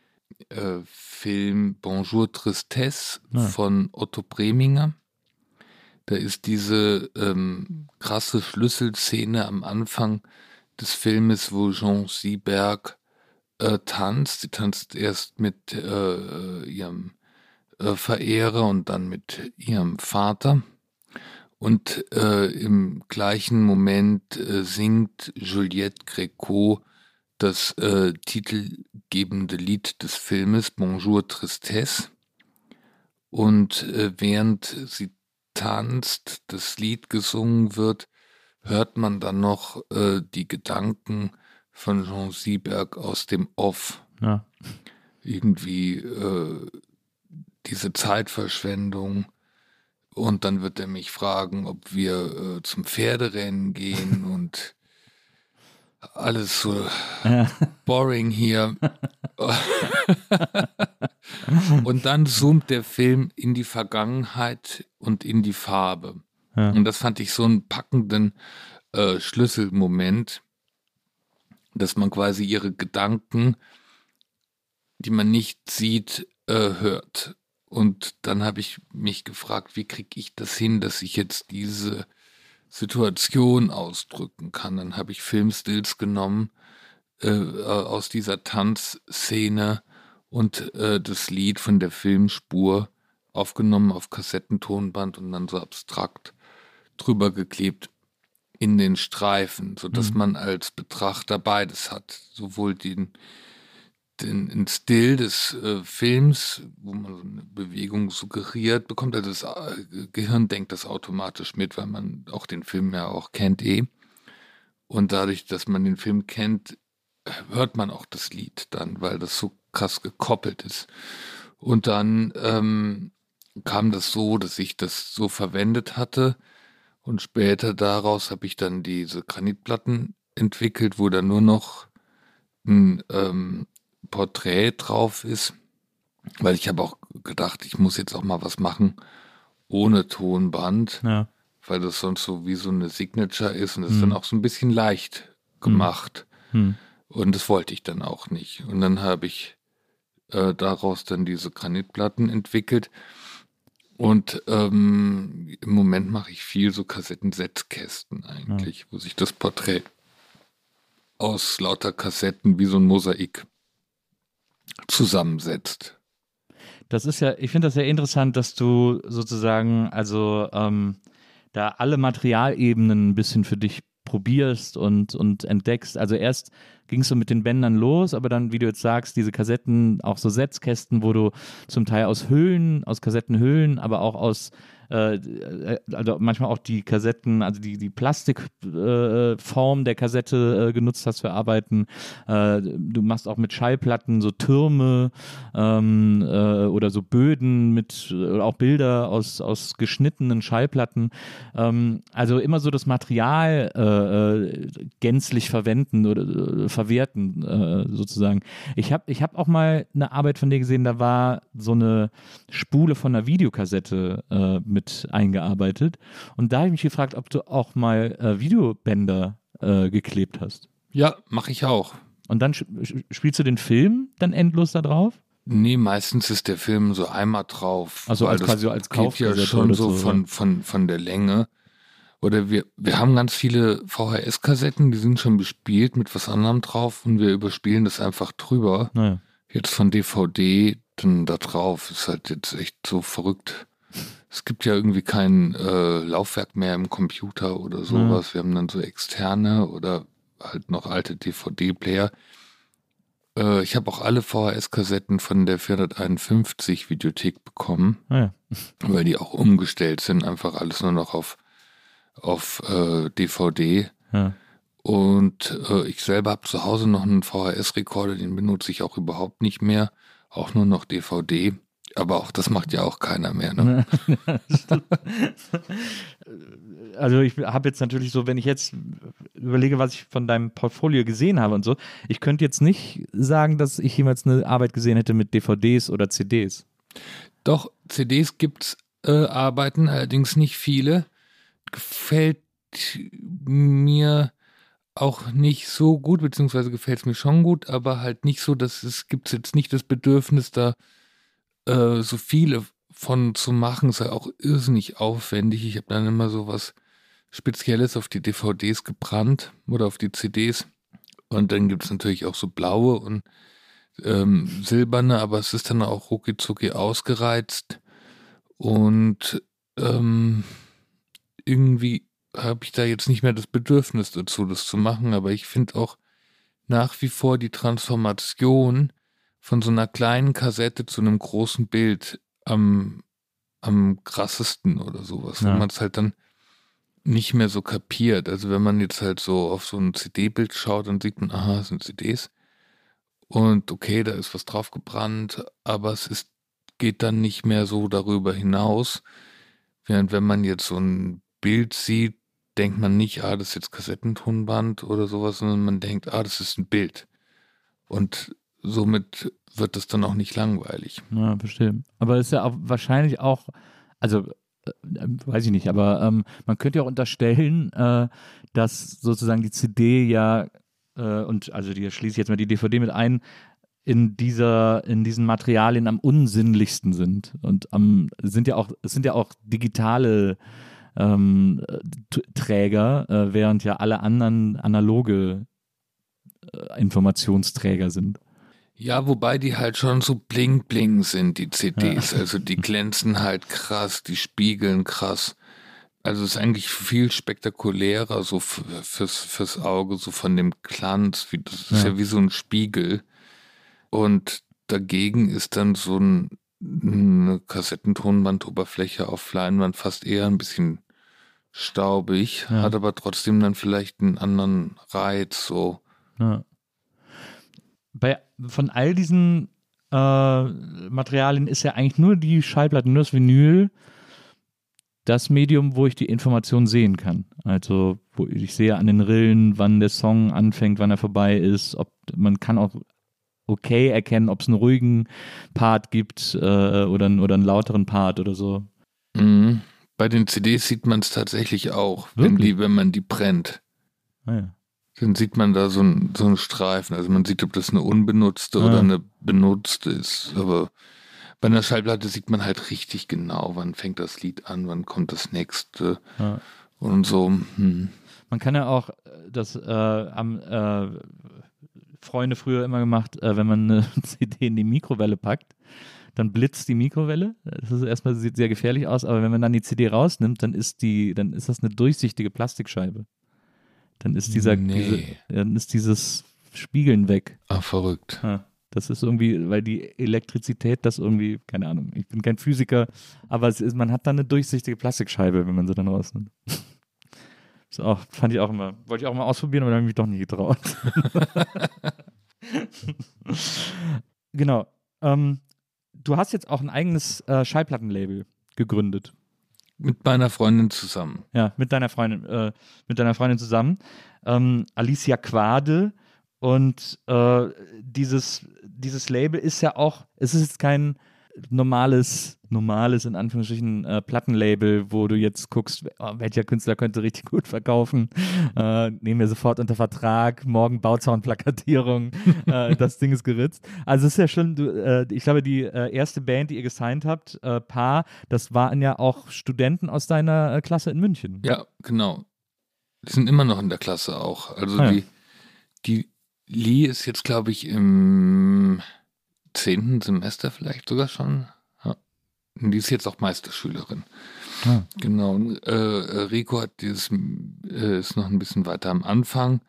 Film Bonjour Tristesse von Otto Preminger. Da ist diese krasse Schlüsselszene am Anfang des Filmes, wo Jean Sieberg tanzt. Sie tanzt erst mit ihrem Verehrer und dann mit ihrem Vater. Und im gleichen Moment singt Juliette Gréco das titelgebende Lied des Filmes Bonjour Tristesse. Und während sie tanzt, das Lied gesungen wird, hört man dann noch die Gedanken von Jean Sieberg aus dem Off. Ja. Irgendwie diese Zeitverschwendung. Und dann wird er mich fragen, ob wir zum Pferderennen gehen und alles so boring hier. Und dann zoomt der Film in die Vergangenheit und in die Farbe. Ja. Und das fand ich so einen packenden Schlüsselmoment, dass man quasi ihre Gedanken, die man nicht sieht, hört. Und dann habe ich mich gefragt, wie kriege ich das hin, dass ich jetzt diese Situation ausdrücken kann. Dann habe ich Filmstills genommen aus dieser Tanzszene und das Lied von der Filmspur aufgenommen auf Kassettentonband und dann so abstrakt drüber geklebt in den Streifen, sodass man als Betrachter beides hat. Sowohl den Still des Films, wo man so eine Bewegung suggeriert bekommt, also das Gehirn denkt das automatisch mit, weil man auch den Film ja auch kennt und dadurch, dass man den Film kennt, hört man auch das Lied dann, weil das so krass gekoppelt ist. Und dann kam das so, dass ich das so verwendet hatte und später daraus habe ich dann diese Granitplatten entwickelt, wo dann nur noch ein Porträt drauf ist, weil ich habe auch gedacht, ich muss jetzt auch mal was machen ohne Tonband, weil das sonst so wie so eine Signature ist und das ist dann auch so ein bisschen leicht gemacht und das wollte ich dann auch nicht. Und dann habe ich daraus dann diese Granitplatten entwickelt und im Moment mache ich viel so Kassettensetzkästen eigentlich, wo sich das Porträt aus lauter Kassetten wie so ein Mosaik zusammensetzt. Das ist ja, ich finde das sehr interessant, dass du sozusagen, also da alle Materialebenen ein bisschen für dich probierst und entdeckst. Also erst ging es so mit den Bändern los, aber dann, wie du jetzt sagst, diese Kassetten, auch so Setzkästen, wo du zum Teil aus Kassettenhüllen, aber auch aus also manchmal auch die Kassetten, also die Plastikform der Kassette genutzt hast für Arbeiten. Du machst auch mit Schallplatten so Türme oder so Böden oder auch Bilder aus geschnittenen Schallplatten. Also immer so das Material gänzlich verwenden oder verwerten sozusagen. Ich hab auch mal eine Arbeit von dir gesehen, da war so eine Spule von einer Videokassette mit eingearbeitet. Und da habe ich mich gefragt, ob du auch mal Videobänder geklebt hast. Ja, mache ich auch. Und dann spielst du den Film dann endlos da drauf? Nee, meistens ist der Film so einmal drauf. Also weil als das quasi als geht ja Kaufkassette schon oder so so, von der Länge. Oder wir haben ganz viele VHS-Kassetten, die sind schon bespielt mit was anderem drauf und wir überspielen das einfach drüber. Naja. Jetzt von DVD dann da drauf ist halt jetzt echt so verrückt. Es gibt ja irgendwie kein Laufwerk mehr im Computer oder sowas. Wir haben dann so externe oder halt noch alte DVD-Player. Ich habe auch alle VHS-Kassetten von der 451 Videothek bekommen, Naja. weil die auch umgestellt sind, einfach alles nur noch auf DVD. Ja. Und ich selber habe zu Hause noch einen VHS-Rekorder, den benutze ich auch überhaupt nicht mehr, auch nur noch DVD. Aber auch das macht ja auch keiner mehr. Ne? Also ich habe jetzt natürlich so, wenn ich jetzt überlege, was ich von deinem Portfolio gesehen habe und so, ich könnte jetzt nicht sagen, dass ich jemals eine Arbeit gesehen hätte mit DVDs oder CDs. Doch, CDs gibt's Arbeiten, allerdings nicht viele. Gefällt mir auch nicht so gut, beziehungsweise gefällt es mir schon gut, aber halt nicht so, dass es gibt jetzt nicht das Bedürfnis, da so viele von zu machen, ist ja auch irrsinnig aufwendig. Ich habe dann immer so was Spezielles auf die DVDs gebrannt oder auf die CDs. Und dann gibt es natürlich auch so blaue und silberne, aber es ist dann auch rucki zucki ausgereizt. Und irgendwie habe ich da jetzt nicht mehr das Bedürfnis dazu, das zu machen. Aber ich finde auch nach wie vor die Transformation von so einer kleinen Kassette zu einem großen Bild am krassesten oder sowas, Ja. wenn man es halt dann nicht mehr so kapiert. Also wenn man jetzt halt so auf so ein CD-Bild schaut, dann sieht man, aha, es sind CDs und okay, da ist was drauf gebrannt, aber geht dann nicht mehr so darüber hinaus. Während wenn man jetzt so ein Bild sieht, denkt man nicht, das ist jetzt Kassettentonband oder sowas, sondern man denkt, das ist ein Bild. Und somit wird das dann auch nicht langweilig. Ja, verstehe. Aber es ist ja auch wahrscheinlich auch, also weiß ich nicht, aber man könnte ja auch unterstellen, dass sozusagen die CD ja, und also die schließe ich jetzt mal die DVD mit ein, in diesen Materialien am unsinnlichsten sind. Und es sind ja auch digitale Träger, während ja alle anderen analoge Informationsträger sind. Ja, wobei die halt schon so bling-bling sind, die CDs. Also die glänzen halt krass, die spiegeln krass. Also es ist eigentlich viel spektakulärer so fürs Auge, so von dem Glanz. Das ist ja wie so ein Spiegel. Und dagegen ist dann so eine Kassettentonbandoberfläche auf Leinwand fast eher ein bisschen staubig, hat aber trotzdem dann vielleicht einen anderen Reiz. So. Ja. Von all diesen Materialien ist ja eigentlich nur die Schallplatte, nur das Vinyl, das Medium, wo ich die Information sehen kann. Also wo ich sehe an den Rillen, wann der Song anfängt, wann er vorbei ist. Man kann auch okay erkennen, ob es einen ruhigen Part gibt oder einen lauteren Part oder so. Mhm. Bei den CDs sieht man es tatsächlich auch, wenn man die brennt. Ah, ja. Dann sieht man da so einen Streifen. Also man sieht, ob das eine unbenutzte oder eine benutzte ist. Aber bei einer Schallplatte sieht man halt richtig genau, wann fängt das Lied an, wann kommt das nächste und so. Man kann ja auch das Freunde früher immer gemacht, wenn man eine CD in die Mikrowelle packt, dann blitzt die Mikrowelle. Das ist erstmal, sieht sehr gefährlich aus, aber wenn man dann die CD rausnimmt, dann ist das eine durchsichtige Plastikscheibe. Dann ist dann ist dieses Spiegeln weg. Verrückt. Ja, das ist irgendwie, weil die Elektrizität das irgendwie, keine Ahnung, ich bin kein Physiker, aber man hat dann eine durchsichtige Plastikscheibe, wenn man sie dann rausnimmt. Fand ich auch immer, wollte ich auch mal ausprobieren, aber dann habe ich mich doch nicht getraut. Genau. Du hast jetzt auch ein eigenes Schallplattenlabel gegründet. Mit meiner Freundin zusammen. Ja, mit deiner Freundin zusammen. Alicia Quade. Und dieses Label ist ja auch, es ist jetzt kein normales in Anführungsstrichen Plattenlabel, wo du jetzt guckst, welcher Künstler könnte richtig gut verkaufen, nehmen wir sofort unter Vertrag, morgen Bauzaunplakatierung, das Ding ist geritzt. Also es ist ja schon, ich glaube, die erste Band, die ihr gesigned habt, Paar, das waren ja auch Studenten aus deiner Klasse in München. Ja, genau. Die sind immer noch in der Klasse auch. Also die Lee ist jetzt, glaube ich, im 10. Semester vielleicht sogar schon. Ja. Und die ist jetzt auch Meisterschülerin. Ah. Genau. Und, Rico ist noch ein bisschen weiter am Anfang.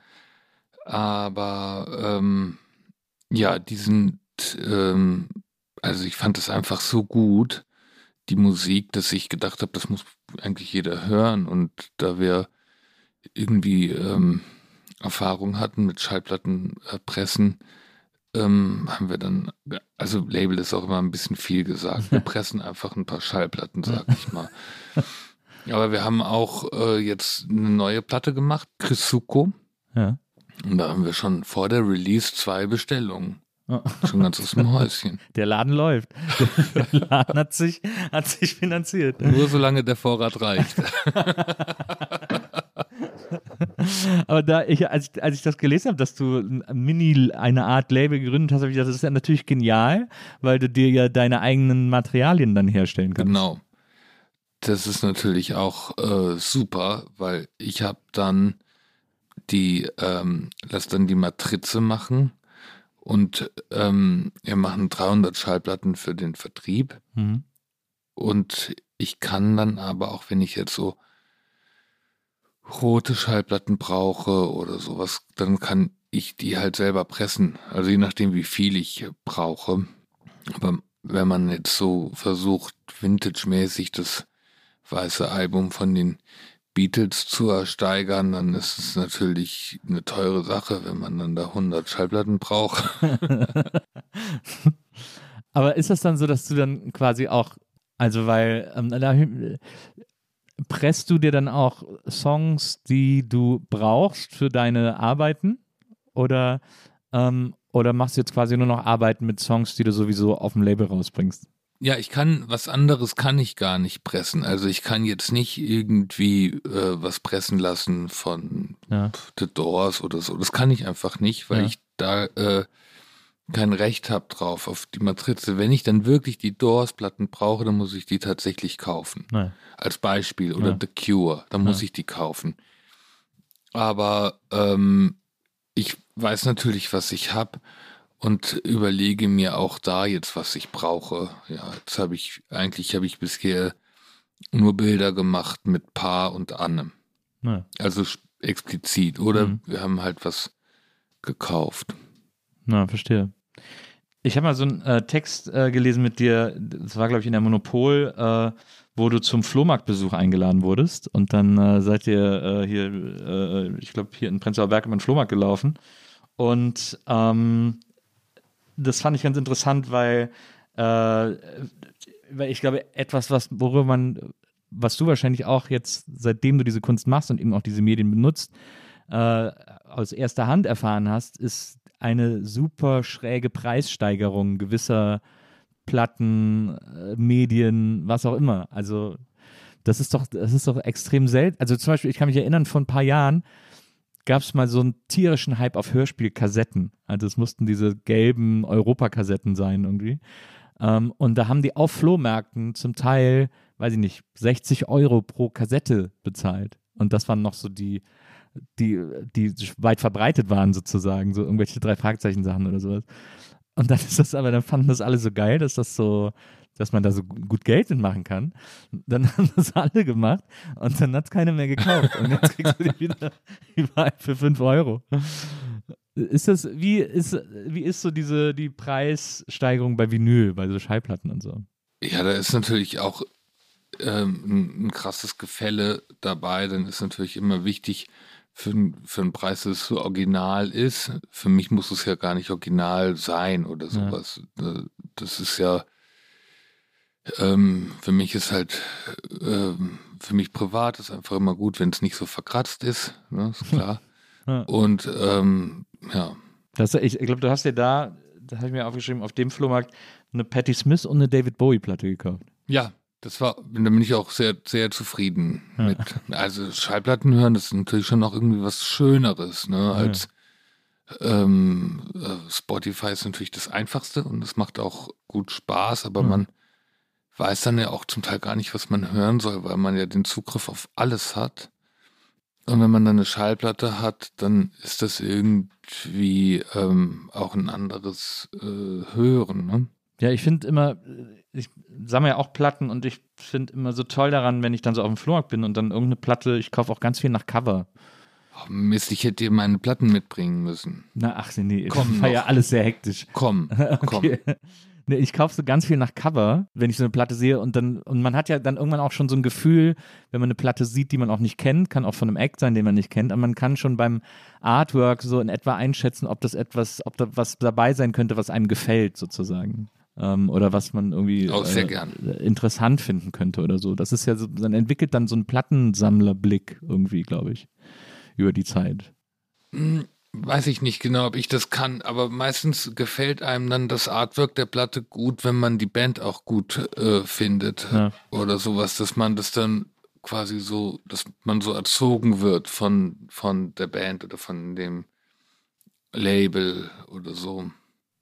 Aber ja, die sind, also ich fand das einfach so gut, die Musik, dass ich gedacht habe, das muss eigentlich jeder hören. Und da wir irgendwie Erfahrung hatten mit Schallplattenpressen, haben wir dann, also Label ist auch immer ein bisschen viel gesagt, wir pressen einfach ein paar Schallplatten, sag ich mal. Aber wir haben auch jetzt eine neue Platte gemacht, Krisuko. Ja. Und da haben wir schon vor der Release 2 Bestellungen. Schon ganz aus dem Häuschen. Der Laden läuft. Der Laden hat sich finanziert. Nur solange der Vorrat reicht. Aber als ich das gelesen habe, dass du eine Art Label gegründet hast, habe ich gedacht, das ist ja natürlich genial, weil du dir ja deine eigenen Materialien dann herstellen kannst. Genau. Das ist natürlich auch super, weil ich habe dann lass dann die Matrize machen und wir machen 300 Schallplatten für den Vertrieb. Mhm. Und ich kann dann aber auch, wenn ich jetzt so rote Schallplatten brauche oder sowas, dann kann ich die halt selber pressen. Also je nachdem, wie viel ich brauche. Aber wenn man jetzt so versucht, vintage-mäßig das weiße Album von den Beatles zu ersteigern, dann ist es natürlich eine teure Sache, wenn man dann da 100 Schallplatten braucht. Aber ist das dann so, dass du dann quasi auch, also weil presst du dir dann auch Songs, die du brauchst für deine Arbeiten? Oder machst du jetzt quasi nur noch Arbeiten mit Songs, die du sowieso auf dem Label rausbringst? Ja, was anderes kann ich gar nicht pressen. Also ich kann jetzt nicht irgendwie was pressen lassen von The Doors oder so. Das kann ich einfach nicht, weil ich da kein Recht habe drauf auf die Matrize. Wenn ich dann wirklich die Doors-Platten brauche, dann muss ich die tatsächlich kaufen. Nein. Als Beispiel. Oder The Cure, dann muss ich die kaufen. Aber ich weiß natürlich, was ich habe und überlege mir auch da jetzt, was ich brauche. Ja, jetzt habe ich bisher nur Bilder gemacht mit Paar und Anne. Ja. Also explizit. Oder wir haben halt was gekauft. Na, verstehe. Ich habe mal so einen Text gelesen mit dir, das war, glaube ich, in der Monopol, wo du zum Flohmarktbesuch eingeladen wurdest und dann seid ihr hier, ich glaube, hier in Prenzlauer Berg über den Flohmarkt gelaufen und das fand ich ganz interessant, weil ich glaube, etwas, was du wahrscheinlich auch jetzt, seitdem du diese Kunst machst und eben auch diese Medien benutzt, aus erster Hand erfahren hast, ist eine super schräge Preissteigerung gewisser Platten, Medien, was auch immer. Also das ist doch extrem selten. Also zum Beispiel, ich kann mich erinnern, vor ein paar Jahren gab es mal so einen tierischen Hype auf Hörspielkassetten. Also es mussten diese gelben Europakassetten sein irgendwie. Und da haben die auf Flohmärkten zum Teil, weiß ich nicht, 60 € pro Kassette bezahlt. Und das waren noch so die weit verbreitet waren sozusagen, so irgendwelche 3-Fragezeichen-Sachen oder sowas. Und dann dann fanden das alle so geil, dass man da so gut Geld mitmachen kann. Dann haben das alle gemacht und dann hat es keiner mehr gekauft. Und jetzt kriegst du die wieder überall für 5 €. Wie ist so die Preissteigerung bei Vinyl, bei so Schallplatten und so? Ja, da ist natürlich auch ein krasses Gefälle dabei. Dann ist natürlich immer wichtig, für einen Preis, dass es so original ist. Für mich muss es ja gar nicht original sein oder sowas. Ja. Das ist ja, für mich ist halt, für mich privat ist einfach immer gut, wenn es nicht so verkratzt ist, ne, ist klar. Ja. Und ja. Ich glaube, du hast dir da das habe ich mir aufgeschrieben, auf dem Flohmarkt eine Patti Smith und eine David Bowie-Platte gekauft. Ja, da bin ich auch sehr, sehr zufrieden mit. Also Schallplatten hören, das ist natürlich schon noch irgendwie was Schöneres, ne, als Spotify ist natürlich das Einfachste und es macht auch gut Spaß, aber man weiß dann ja auch zum Teil gar nicht, was man hören soll, weil man ja den Zugriff auf alles hat. Und wenn man dann eine Schallplatte hat, dann ist das irgendwie auch ein anderes Hören, ne? Ja, ich finde immer, ich sammle ja auch Platten und ich finde immer so toll daran, wenn ich dann so auf dem Flohmarkt bin und dann irgendeine Platte, ich kaufe auch ganz viel nach Cover. Oh Mist, ich hätte dir meine Platten mitbringen müssen. Na, ach nee, Komm das war noch. ja alles sehr hektisch. Komm. Okay. Nee, ich kaufe so ganz viel nach Cover, wenn ich so eine Platte sehe und man hat ja dann irgendwann auch schon so ein Gefühl, wenn man eine Platte sieht, die man auch nicht kennt, kann auch von einem Act sein, den man nicht kennt, aber man kann schon beim Artwork so in etwa einschätzen, ob da was dabei sein könnte, was einem gefällt sozusagen. Oder was man irgendwie Sehr gern. interessant finden könnte oder so. Das ist ja so, man entwickelt dann so einen Plattensammlerblick irgendwie, glaube ich, über die Zeit. Weiß ich nicht genau, ob ich das kann, aber meistens gefällt einem dann das Artwork der Platte gut, wenn man die Band auch gut findet oder sowas, dass man das dann quasi so, dass man so erzogen wird von der Band oder von dem Label oder so.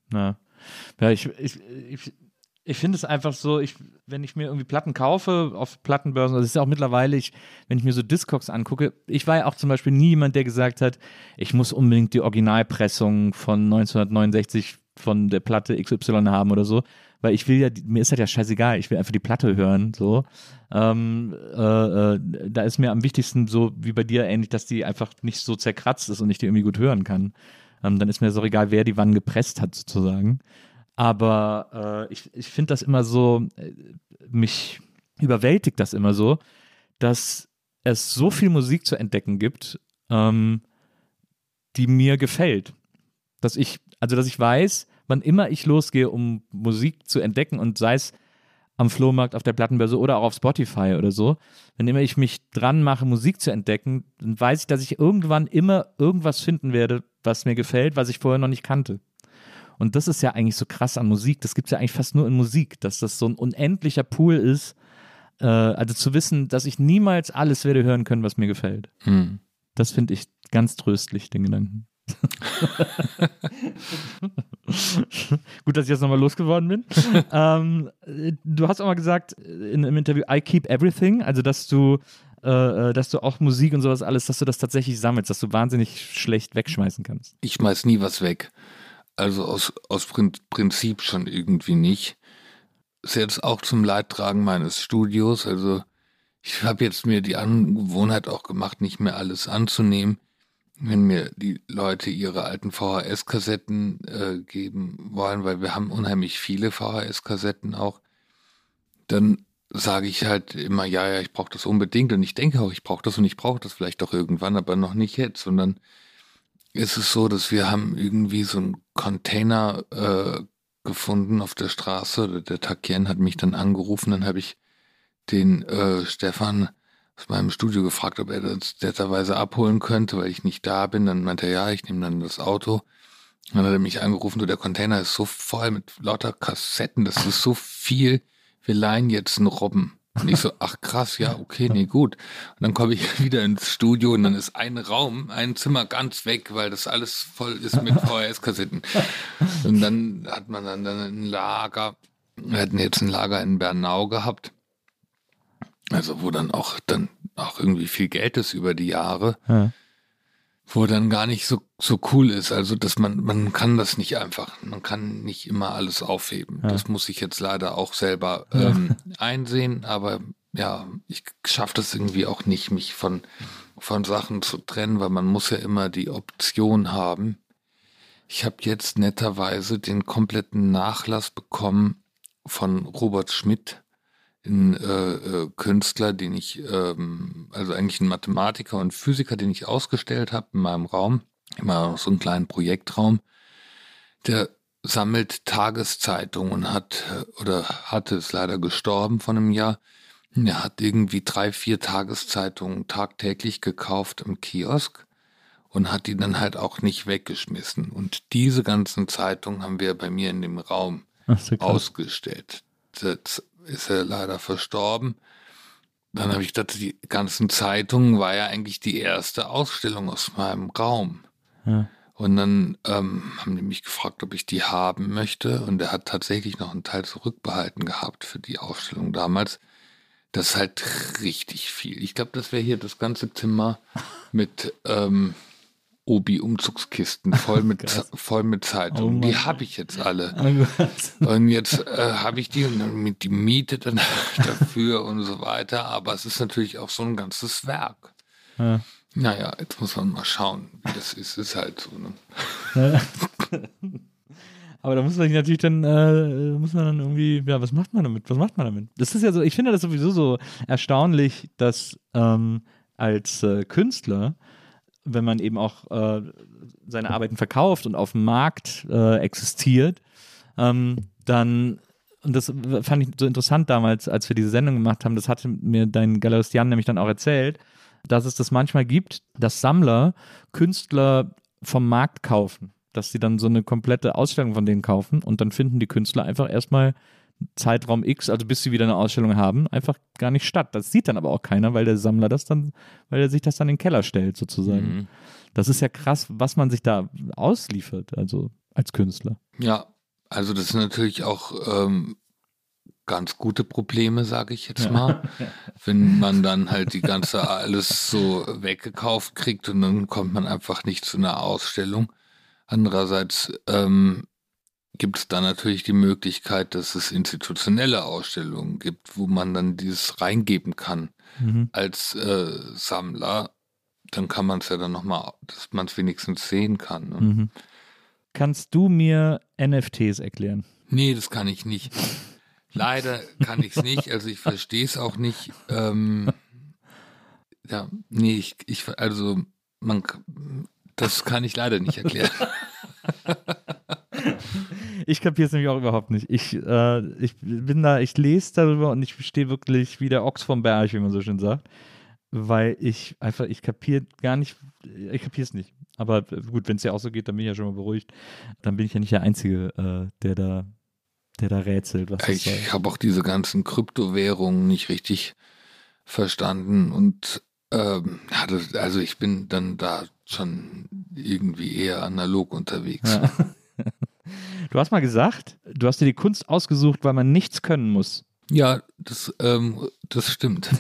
Ja, ich finde es einfach so, wenn ich mir irgendwie Platten kaufe auf Plattenbörsen, das ist ja auch mittlerweile, wenn ich mir so Discogs angucke, ich war ja auch zum Beispiel nie jemand, der gesagt hat, ich muss unbedingt die Originalpressung von 1969 von der Platte XY haben oder so, weil ich will ja, mir ist halt ja scheißegal, ich will einfach die Platte hören, so. Da ist mir am wichtigsten so, wie bei dir ähnlich, dass die einfach nicht so zerkratzt ist und ich die irgendwie gut hören kann. Dann ist mir so egal, wer die wann gepresst hat, sozusagen. Aber ich finde das immer so, mich überwältigt das immer so, dass es so viel Musik zu entdecken gibt, die mir gefällt. Dass ich weiß, wann immer ich losgehe, um Musik zu entdecken und sei es am Flohmarkt, auf der Plattenbörse oder auch auf Spotify oder so, wenn immer ich mich dran mache, Musik zu entdecken, dann weiß ich, dass ich irgendwann immer irgendwas finden werde, was mir gefällt, was ich vorher noch nicht kannte. Und das ist ja eigentlich so krass an Musik, das gibt es ja eigentlich fast nur in Musik, dass das so ein unendlicher Pool ist, also zu wissen, dass ich niemals alles werde hören können, was mir gefällt. Das finde ich ganz tröstlich, den Gedanken. Gut, dass ich jetzt nochmal losgeworden bin. Du hast auch mal gesagt im Interview, I keep everything, also dass du auch Musik und sowas alles, dass du das tatsächlich sammelst, dass du wahnsinnig schlecht wegschmeißen kannst. Ich schmeiß nie was weg. Also aus Prinzip schon irgendwie nicht. Ist jetzt auch zum Leidtragen meines Studios. Also ich habe jetzt mir die Angewohnheit auch gemacht, nicht mehr alles anzunehmen. Wenn mir die Leute ihre alten VHS-Kassetten geben wollen, weil wir haben unheimlich viele VHS-Kassetten auch, dann sage ich halt immer, ja, ich brauche das unbedingt und ich denke auch, ich brauche das und ich brauche das vielleicht auch irgendwann, aber noch nicht jetzt. Und dann ist es so, dass wir haben irgendwie so einen Container gefunden auf der Straße. Der Takien hat mich dann angerufen, dann habe ich den Stefan aus meinem Studio gefragt, ob er das netterweise abholen könnte, weil ich nicht da bin. Dann meinte er, ja, ich nehme dann das Auto. Dann hat er mich angerufen, der Container ist so voll mit lauter Kassetten, das ist so viel, wir leihen jetzt einen Robben. Und ich so, ach krass, ja, okay, nee, gut. Und dann komme ich wieder ins Studio und dann ist ein Zimmer ganz weg, weil das alles voll ist mit VHS-Kassetten. Und dann hat man dann ein Lager, wir hatten jetzt ein Lager in Bernau gehabt, also wo dann auch irgendwie viel Geld ist über die Jahre, wo dann gar nicht so cool ist, also dass man kann das nicht einfach, man kann nicht immer alles aufheben. Das muss ich jetzt leider auch selber einsehen, aber ja, ich schaffe das irgendwie auch nicht, mich von Sachen zu trennen, weil man muss ja immer die Option haben. Ich habe jetzt netterweise den kompletten Nachlass bekommen von Robert Schmidt, ein Künstler, den ich, also eigentlich ein Mathematiker und Physiker, den ich ausgestellt habe in meinem Raum, immer so einen kleinen Projektraum, der sammelt Tageszeitungen und hatte, ist leider gestorben von einem Jahr. Er hat irgendwie 3-4 Tageszeitungen tagtäglich gekauft im Kiosk und hat die dann halt auch nicht weggeschmissen. Und diese ganzen Zeitungen haben wir bei mir in dem Raum Ach, so krass. ausgestellt. Jetzt ist er leider verstorben. Dann habe ich gedacht, die ganzen Zeitungen war ja eigentlich die erste Ausstellung aus meinem Raum. Ja. Und dann haben die mich gefragt, ob ich die haben möchte. Und er hat tatsächlich noch einen Teil zurückbehalten gehabt für die Ausstellung damals. Das ist halt richtig viel. Ich glaube, das wäre hier das ganze Zimmer mit Obi-Umzugskisten voll mit Zeitungen. Oh Mann. Die habe ich jetzt alle. Oh Gott. Und jetzt habe ich die und dann mit die Miete dann dafür und so weiter. Aber es ist natürlich auch so ein ganzes Werk. Ja. Naja, jetzt muss man mal schauen, wie das ist. Ist halt so. Ne? Aber da muss man sich natürlich dann, irgendwie, ja, was macht man damit? Das ist ja so, ich finde das sowieso so erstaunlich, dass als Künstler, wenn man eben auch seine Arbeiten verkauft und auf dem Markt existiert, dann, und das fand ich so interessant damals, als wir diese Sendung gemacht haben, das hatte mir dein Galerist Jan nämlich dann auch erzählt, dass es das manchmal gibt, dass Sammler Künstler vom Markt kaufen, dass sie dann so eine komplette Ausstellung von denen kaufen und dann finden die Künstler einfach erstmal Zeitraum X, also bis sie wieder eine Ausstellung haben, einfach gar nicht statt. Das sieht dann aber auch keiner, weil der Sammler weil er sich das dann in den Keller stellt sozusagen. Mhm. Das ist ja krass, was man sich da ausliefert, also als Künstler. Ja, also das sind natürlich auch ganz gute Probleme, sage ich jetzt mal. Wenn man dann halt die ganze alles so weggekauft kriegt und dann kommt man einfach nicht zu einer Ausstellung. Andererseits gibt es da natürlich die Möglichkeit, dass es institutionelle Ausstellungen gibt, wo man dann dieses reingeben kann als Sammler. Dann kann man es ja dann nochmal, dass man es wenigstens sehen kann. Ne? Mhm. Kannst du mir NFTs erklären? Nee, das kann ich nicht. Leider kann ich es nicht, also ich verstehe es auch nicht. Ja, nee, also das kann ich leider nicht erklären. Ich kapiere es nämlich auch überhaupt nicht. Ich lese darüber und ich stehe wirklich wie der Ochs vom Berg, wie man so schön sagt. Weil ich kapiere es nicht. Aber gut, wenn es ja auch so geht, dann bin ich ja schon mal beruhigt. Dann bin ich ja nicht der Einzige, der da rätselt, was das soll. Ich habe auch diese ganzen Kryptowährungen nicht richtig verstanden und also ich bin dann da schon irgendwie eher analog unterwegs. Ja. Du hast mal gesagt, du hast dir die Kunst ausgesucht, weil man nichts können muss. Ja, das stimmt.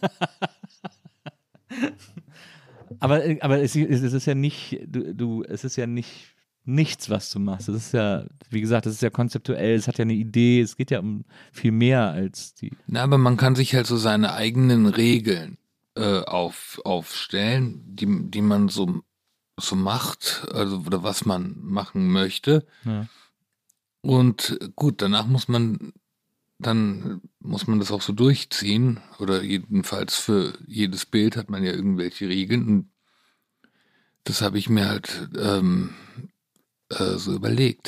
Aber es ist ja nicht, es ist ja nicht nichts, was du machst. Es ist ja, wie gesagt, es ist ja konzeptuell, es hat ja eine Idee, es geht ja um viel mehr als die. Na, aber man kann sich halt so seine eigenen Regeln aufstellen, die man so macht, also oder was man machen möchte. Ja. Und gut, danach muss man das auch so durchziehen, oder jedenfalls für jedes Bild hat man ja irgendwelche Regeln und das habe ich mir halt so überlegt.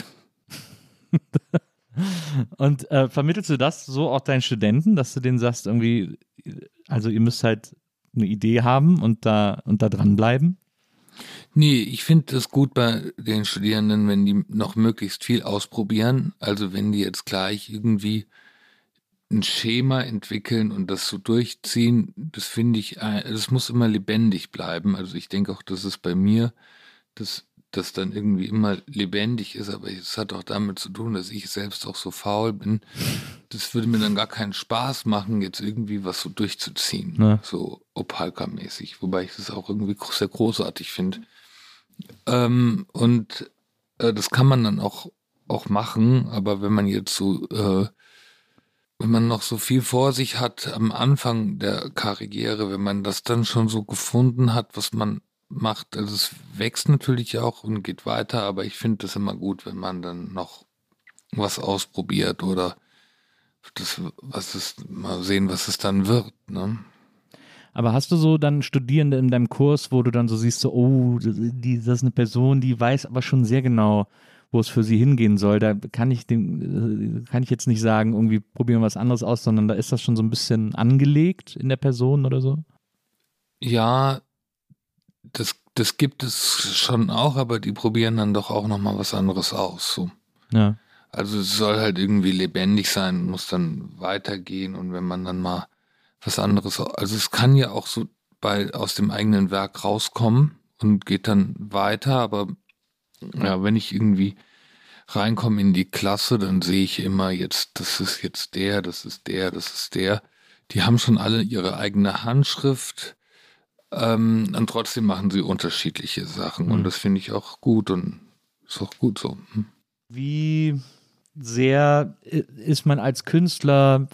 Und vermittelst du das so auch deinen Studenten, dass du denen sagst, irgendwie, also ihr müsst halt eine Idee haben und da dranbleiben? Nee, ich finde es gut bei den Studierenden, wenn die noch möglichst viel ausprobieren. Also wenn die jetzt gleich irgendwie ein Schema entwickeln und das so durchziehen, das finde ich, das muss immer lebendig bleiben. Also ich denke auch, dass es bei mir, dass das dann irgendwie immer lebendig ist, aber es hat auch damit zu tun, dass ich selbst auch so faul bin. Das würde mir dann gar keinen Spaß machen, jetzt irgendwie was so durchzuziehen, Ja. so Opalka-mäßig, wobei ich das auch irgendwie sehr großartig finde. Und das kann man dann auch machen, aber wenn man jetzt so, wenn man noch so viel vor sich hat am Anfang der Karriere, wenn man das dann schon so gefunden hat, was man macht, also es wächst natürlich auch und geht weiter, aber ich finde das immer gut, wenn man dann noch was ausprobiert oder mal sehen, was es dann wird, ne? Aber hast du so dann Studierende in deinem Kurs, wo du dann so siehst, so, oh, das ist eine Person, die weiß aber schon sehr genau, wo es für sie hingehen soll. Da kann ich jetzt nicht sagen, irgendwie probieren wir was anderes aus, sondern da ist das schon so ein bisschen angelegt in der Person oder so? Ja, das gibt es schon auch, aber die probieren dann doch auch nochmal was anderes aus. So. Ja. Also es soll halt irgendwie lebendig sein, muss dann weitergehen und wenn man dann mal was anderes, also es kann ja auch so aus dem eigenen Werk rauskommen und geht dann weiter, aber ja, wenn ich irgendwie reinkomme in die Klasse, dann sehe ich immer jetzt, das ist jetzt der, das ist der, das ist der. Die haben schon alle ihre eigene Handschrift und trotzdem machen sie unterschiedliche Sachen und das finde ich auch gut und ist auch gut so. Wie sehr ist man als Künstler,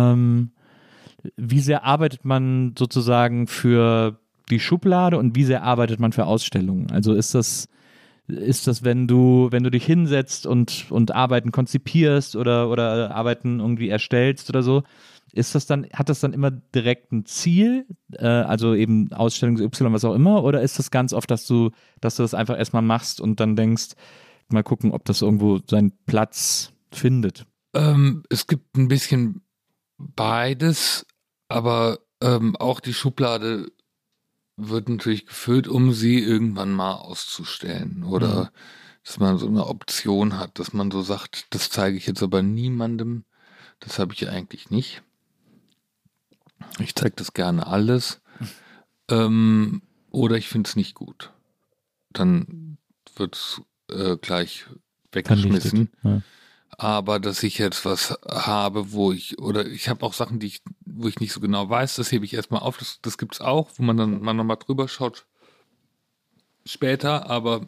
wie sehr arbeitet man sozusagen für die Schublade und wie sehr arbeitet man für Ausstellungen? Also ist das, wenn du dich hinsetzt und Arbeiten konzipierst oder Arbeiten irgendwie erstellst oder so, hat das dann immer direkt ein Ziel, also eben Ausstellung Y, was auch immer, oder ist das ganz oft, dass du das einfach erstmal machst und dann denkst, mal gucken, ob das irgendwo seinen Platz findet? Es gibt ein bisschen beides, aber auch die Schublade wird natürlich gefüllt, um sie irgendwann mal auszustellen oder dass man so eine Option hat, dass man so sagt, das zeige ich jetzt aber niemandem, das habe ich eigentlich nicht. Ich zeige das gerne alles oder ich finde es nicht gut. Dann wird es gleich weggeschmissen. Ja. Aber dass ich jetzt was habe, ich habe auch Sachen, wo ich nicht so genau weiß, das hebe ich erstmal auf, das gibt es auch, wo man dann mal nochmal drüber schaut später, aber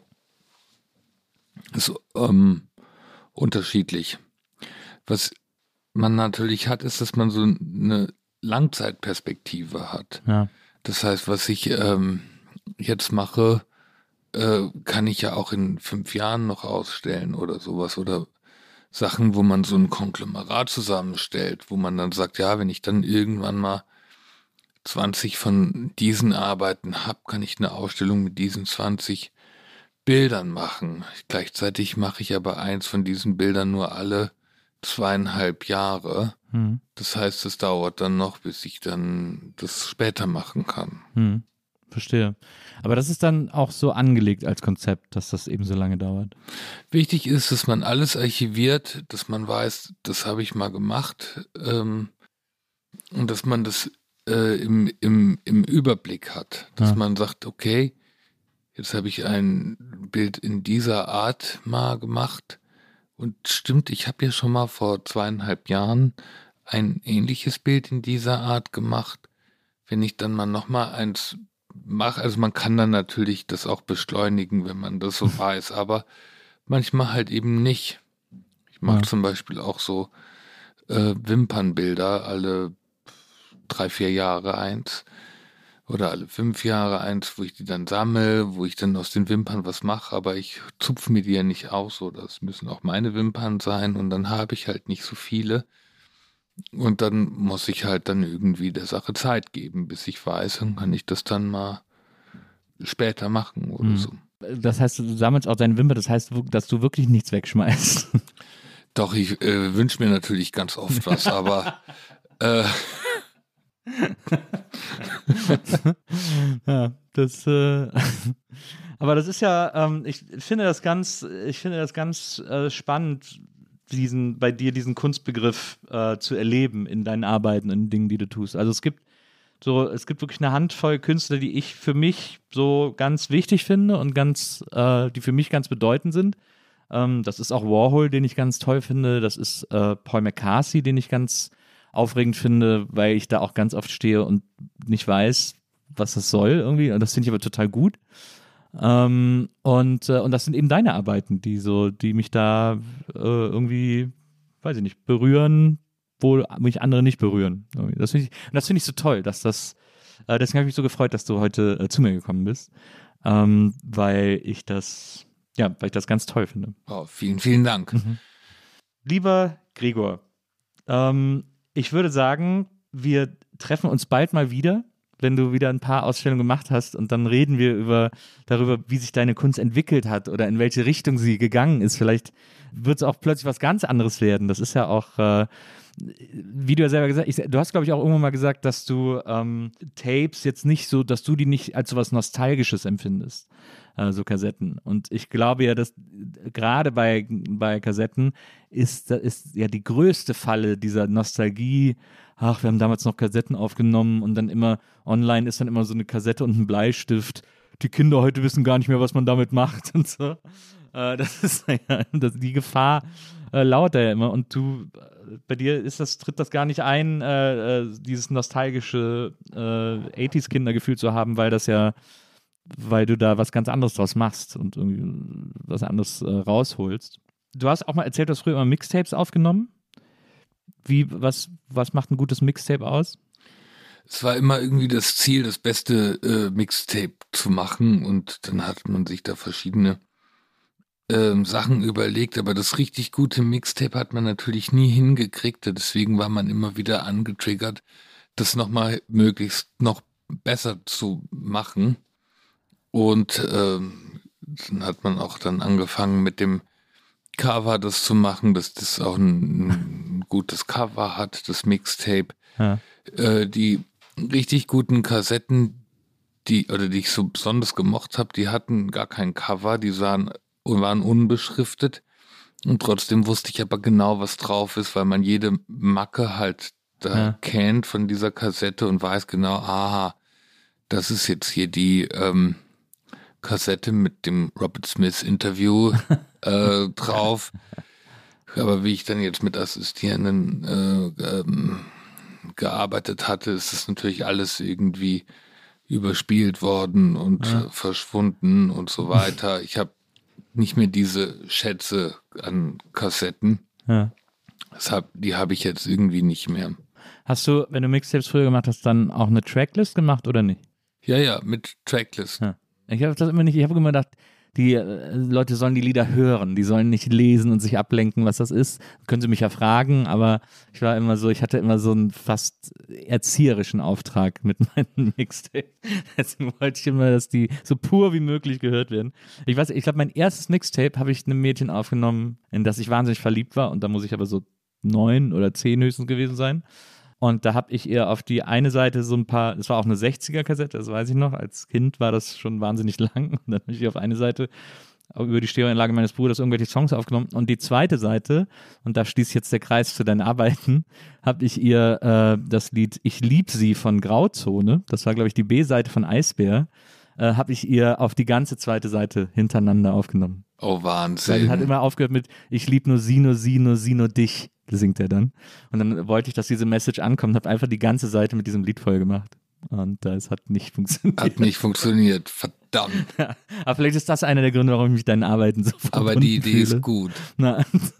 ist unterschiedlich. Was man natürlich hat, ist, dass man so eine Langzeitperspektive hat. Ja. Das heißt, was ich jetzt mache, kann ich ja auch in 5 Jahren noch ausstellen oder sowas oder Sachen, wo man so ein Konglomerat zusammenstellt, wo man dann sagt, ja, wenn ich dann irgendwann mal 20 von diesen Arbeiten habe, kann ich eine Ausstellung mit diesen 20 Bildern machen. Gleichzeitig mache ich aber eins von diesen Bildern nur alle 2,5 Jahre. Das heißt, es dauert dann noch, bis ich dann das später machen kann. Verstehe. Aber das ist dann auch so angelegt als Konzept, dass das eben so lange dauert. Wichtig ist, dass man alles archiviert, dass man weiß, das habe ich mal gemacht und dass man das im Überblick hat. Dass man sagt, okay, jetzt habe ich ein Bild in dieser Art mal gemacht und stimmt, ich habe ja schon mal vor 2,5 Jahren ein ähnliches Bild in dieser Art gemacht. Wenn ich dann mal nochmal eins mache, also man kann dann natürlich das auch beschleunigen, wenn man das so weiß, aber manchmal halt eben nicht. Ich mache zum Beispiel auch so Wimpernbilder alle 3-4 Jahre eins oder alle 5 Jahre eins, wo ich die dann sammle, wo ich dann aus den Wimpern was mache, aber ich zupfe mir die ja nicht aus, so das müssen auch meine Wimpern sein und dann habe ich halt nicht so viele. Und dann muss ich halt dann irgendwie der Sache Zeit geben, bis ich weiß, dann kann ich das dann mal später machen oder so. Das heißt, du sammelst auch deine Wimper, das heißt, dass du wirklich nichts wegschmeißt. Doch, ich wünsche mir natürlich ganz oft was, aber ja, aber das ist ja, ich finde das ganz spannend, bei dir diesen Kunstbegriff zu erleben in deinen Arbeiten, in Dingen, die du tust. Also es gibt wirklich eine Handvoll Künstler, die ich für mich so ganz wichtig finde und die für mich ganz bedeutend sind. Das ist auch Warhol, den ich ganz toll finde. Das ist Paul McCarthy, den ich ganz aufregend finde, weil ich da auch ganz oft stehe und nicht weiß, was das soll irgendwie. Und das finde ich aber total gut. Und das sind eben deine Arbeiten, die mich da irgendwie, weiß ich nicht, berühren, wo mich andere nicht berühren. Das finde ich so toll, deswegen habe ich mich so gefreut, dass du heute zu mir gekommen bist, weil ich das ganz toll finde. Oh, vielen, vielen Dank. Lieber Gregor, ich würde sagen, wir treffen uns bald mal wieder, wenn du wieder ein paar Ausstellungen gemacht hast und dann reden wir darüber, wie sich deine Kunst entwickelt hat oder in welche Richtung sie gegangen ist. Vielleicht wird es auch plötzlich was ganz anderes werden. Das ist ja auch wie du ja selber gesagt hast, du hast, glaube ich, auch irgendwann mal gesagt, dass du Tapes jetzt nicht so, dass du die nicht als so was Nostalgisches empfindest, so Kassetten. Und ich glaube ja, dass gerade bei Kassetten ist ja die größte Falle dieser Nostalgie. Ach, wir haben damals noch Kassetten aufgenommen und dann immer online ist dann immer so eine Kassette und ein Bleistift. Die Kinder heute wissen gar nicht mehr, was man damit macht und so. Das ist ja, die Gefahr lauert da ja immer. Und bei dir tritt das gar nicht ein, dieses nostalgische 80s-Kindergefühl zu haben, weil du da was ganz anderes draus machst und irgendwie was anderes rausholst. Du hast auch mal erzählt, du hast früher immer Mixtapes aufgenommen. Was macht ein gutes Mixtape aus? Es war immer irgendwie das Ziel, das beste Mixtape zu machen, und dann hat man sich da verschiedene Sachen überlegt, aber das richtig gute Mixtape hat man natürlich nie hingekriegt, deswegen war man immer wieder angetriggert, das nochmal möglichst noch besser zu machen, und dann hat man auch dann angefangen mit dem Cover das zu machen, dass das auch ein gutes Cover hat, das Mixtape. Ja. Die richtig guten Kassetten, die ich so besonders gemocht habe, die hatten gar kein Cover, die waren unbeschriftet, und trotzdem wusste ich aber genau, was drauf ist, weil man jede Macke halt kennt von dieser Kassette und weiß genau, aha, das ist jetzt hier die Kassette mit dem Robert Smith Interview drauf. Aber wie ich dann jetzt mit Assistierenden gearbeitet hatte, ist es natürlich alles irgendwie überspielt worden und verschwunden und so weiter. Ich habe nicht mehr diese Schätze an Kassetten. Ja. Die habe ich jetzt irgendwie nicht mehr. Hast du, wenn du Mixtapes früher gemacht hast, dann auch eine Tracklist gemacht oder nicht? Ja, mit Tracklist. Ja. Ich habe das immer nicht, ich habe immer gedacht, die Leute sollen die Lieder hören, die sollen nicht lesen und sich ablenken, was das ist. Können sie mich ja fragen, aber ich hatte immer so einen fast erzieherischen Auftrag mit meinen Mixtapes. Deswegen wollte ich immer, dass die so pur wie möglich gehört werden. Ich glaube, mein erstes Mixtape habe ich einem Mädchen aufgenommen, in das ich wahnsinnig verliebt war, und da muss ich aber so 9 oder 10 höchstens gewesen sein. Und da habe ich ihr auf die eine Seite so ein paar, es war auch eine 60er-Kassette, das weiß ich noch, als Kind war das schon wahnsinnig lang. Und dann habe ich auf eine Seite über die Stereoanlage meines Bruders irgendwelche Songs aufgenommen. Und die zweite Seite, und da schließt jetzt der Kreis zu deinen Arbeiten, habe ich ihr das Lied Ich lieb sie von Grauzone, das war, glaube ich, die B-Seite von Eisbär, habe ich ihr auf die ganze zweite Seite hintereinander aufgenommen. Oh, Wahnsinn. Er hat immer aufgehört mit Ich lieb nur sie, nur sie, nur sie, nur dich, singt er dann. Und dann wollte ich, dass diese Message ankommt, habe einfach die ganze Seite mit diesem Lied voll gemacht. Und das hat nicht funktioniert. Verdammt. Ja, aber vielleicht ist das einer der Gründe, warum ich mich deinen Arbeiten so verbunden Aber die Idee fühle. ist gut. Na.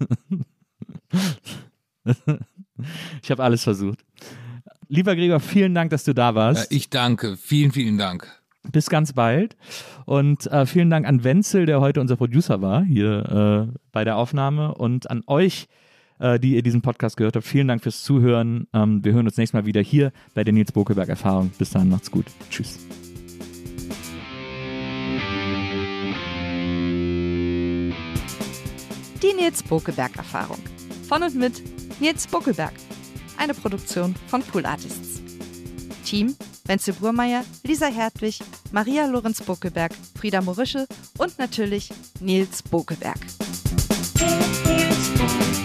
Ich habe alles versucht. Lieber Gregor, vielen Dank, dass du da warst. Ja, ich danke. Vielen, vielen Dank. Bis ganz bald. Und vielen Dank an Wenzel, der heute unser Producer war, hier bei der Aufnahme. Und an euch, die ihr diesen Podcast gehört habt. Vielen Dank fürs Zuhören. Wir hören uns nächstes Mal wieder hier bei der Nils Bokelberg Erfahrung. Bis dahin, macht's gut. Tschüss. Die Nils Bokelberg Erfahrung. Von und mit Nils Bokelberg. Eine Produktion von Pool Artists. Team: Wenzel Burmeier, Lisa Hertwig, Maria Lorenz Bokelberg, Frieda Morische und natürlich Nils Bokelberg.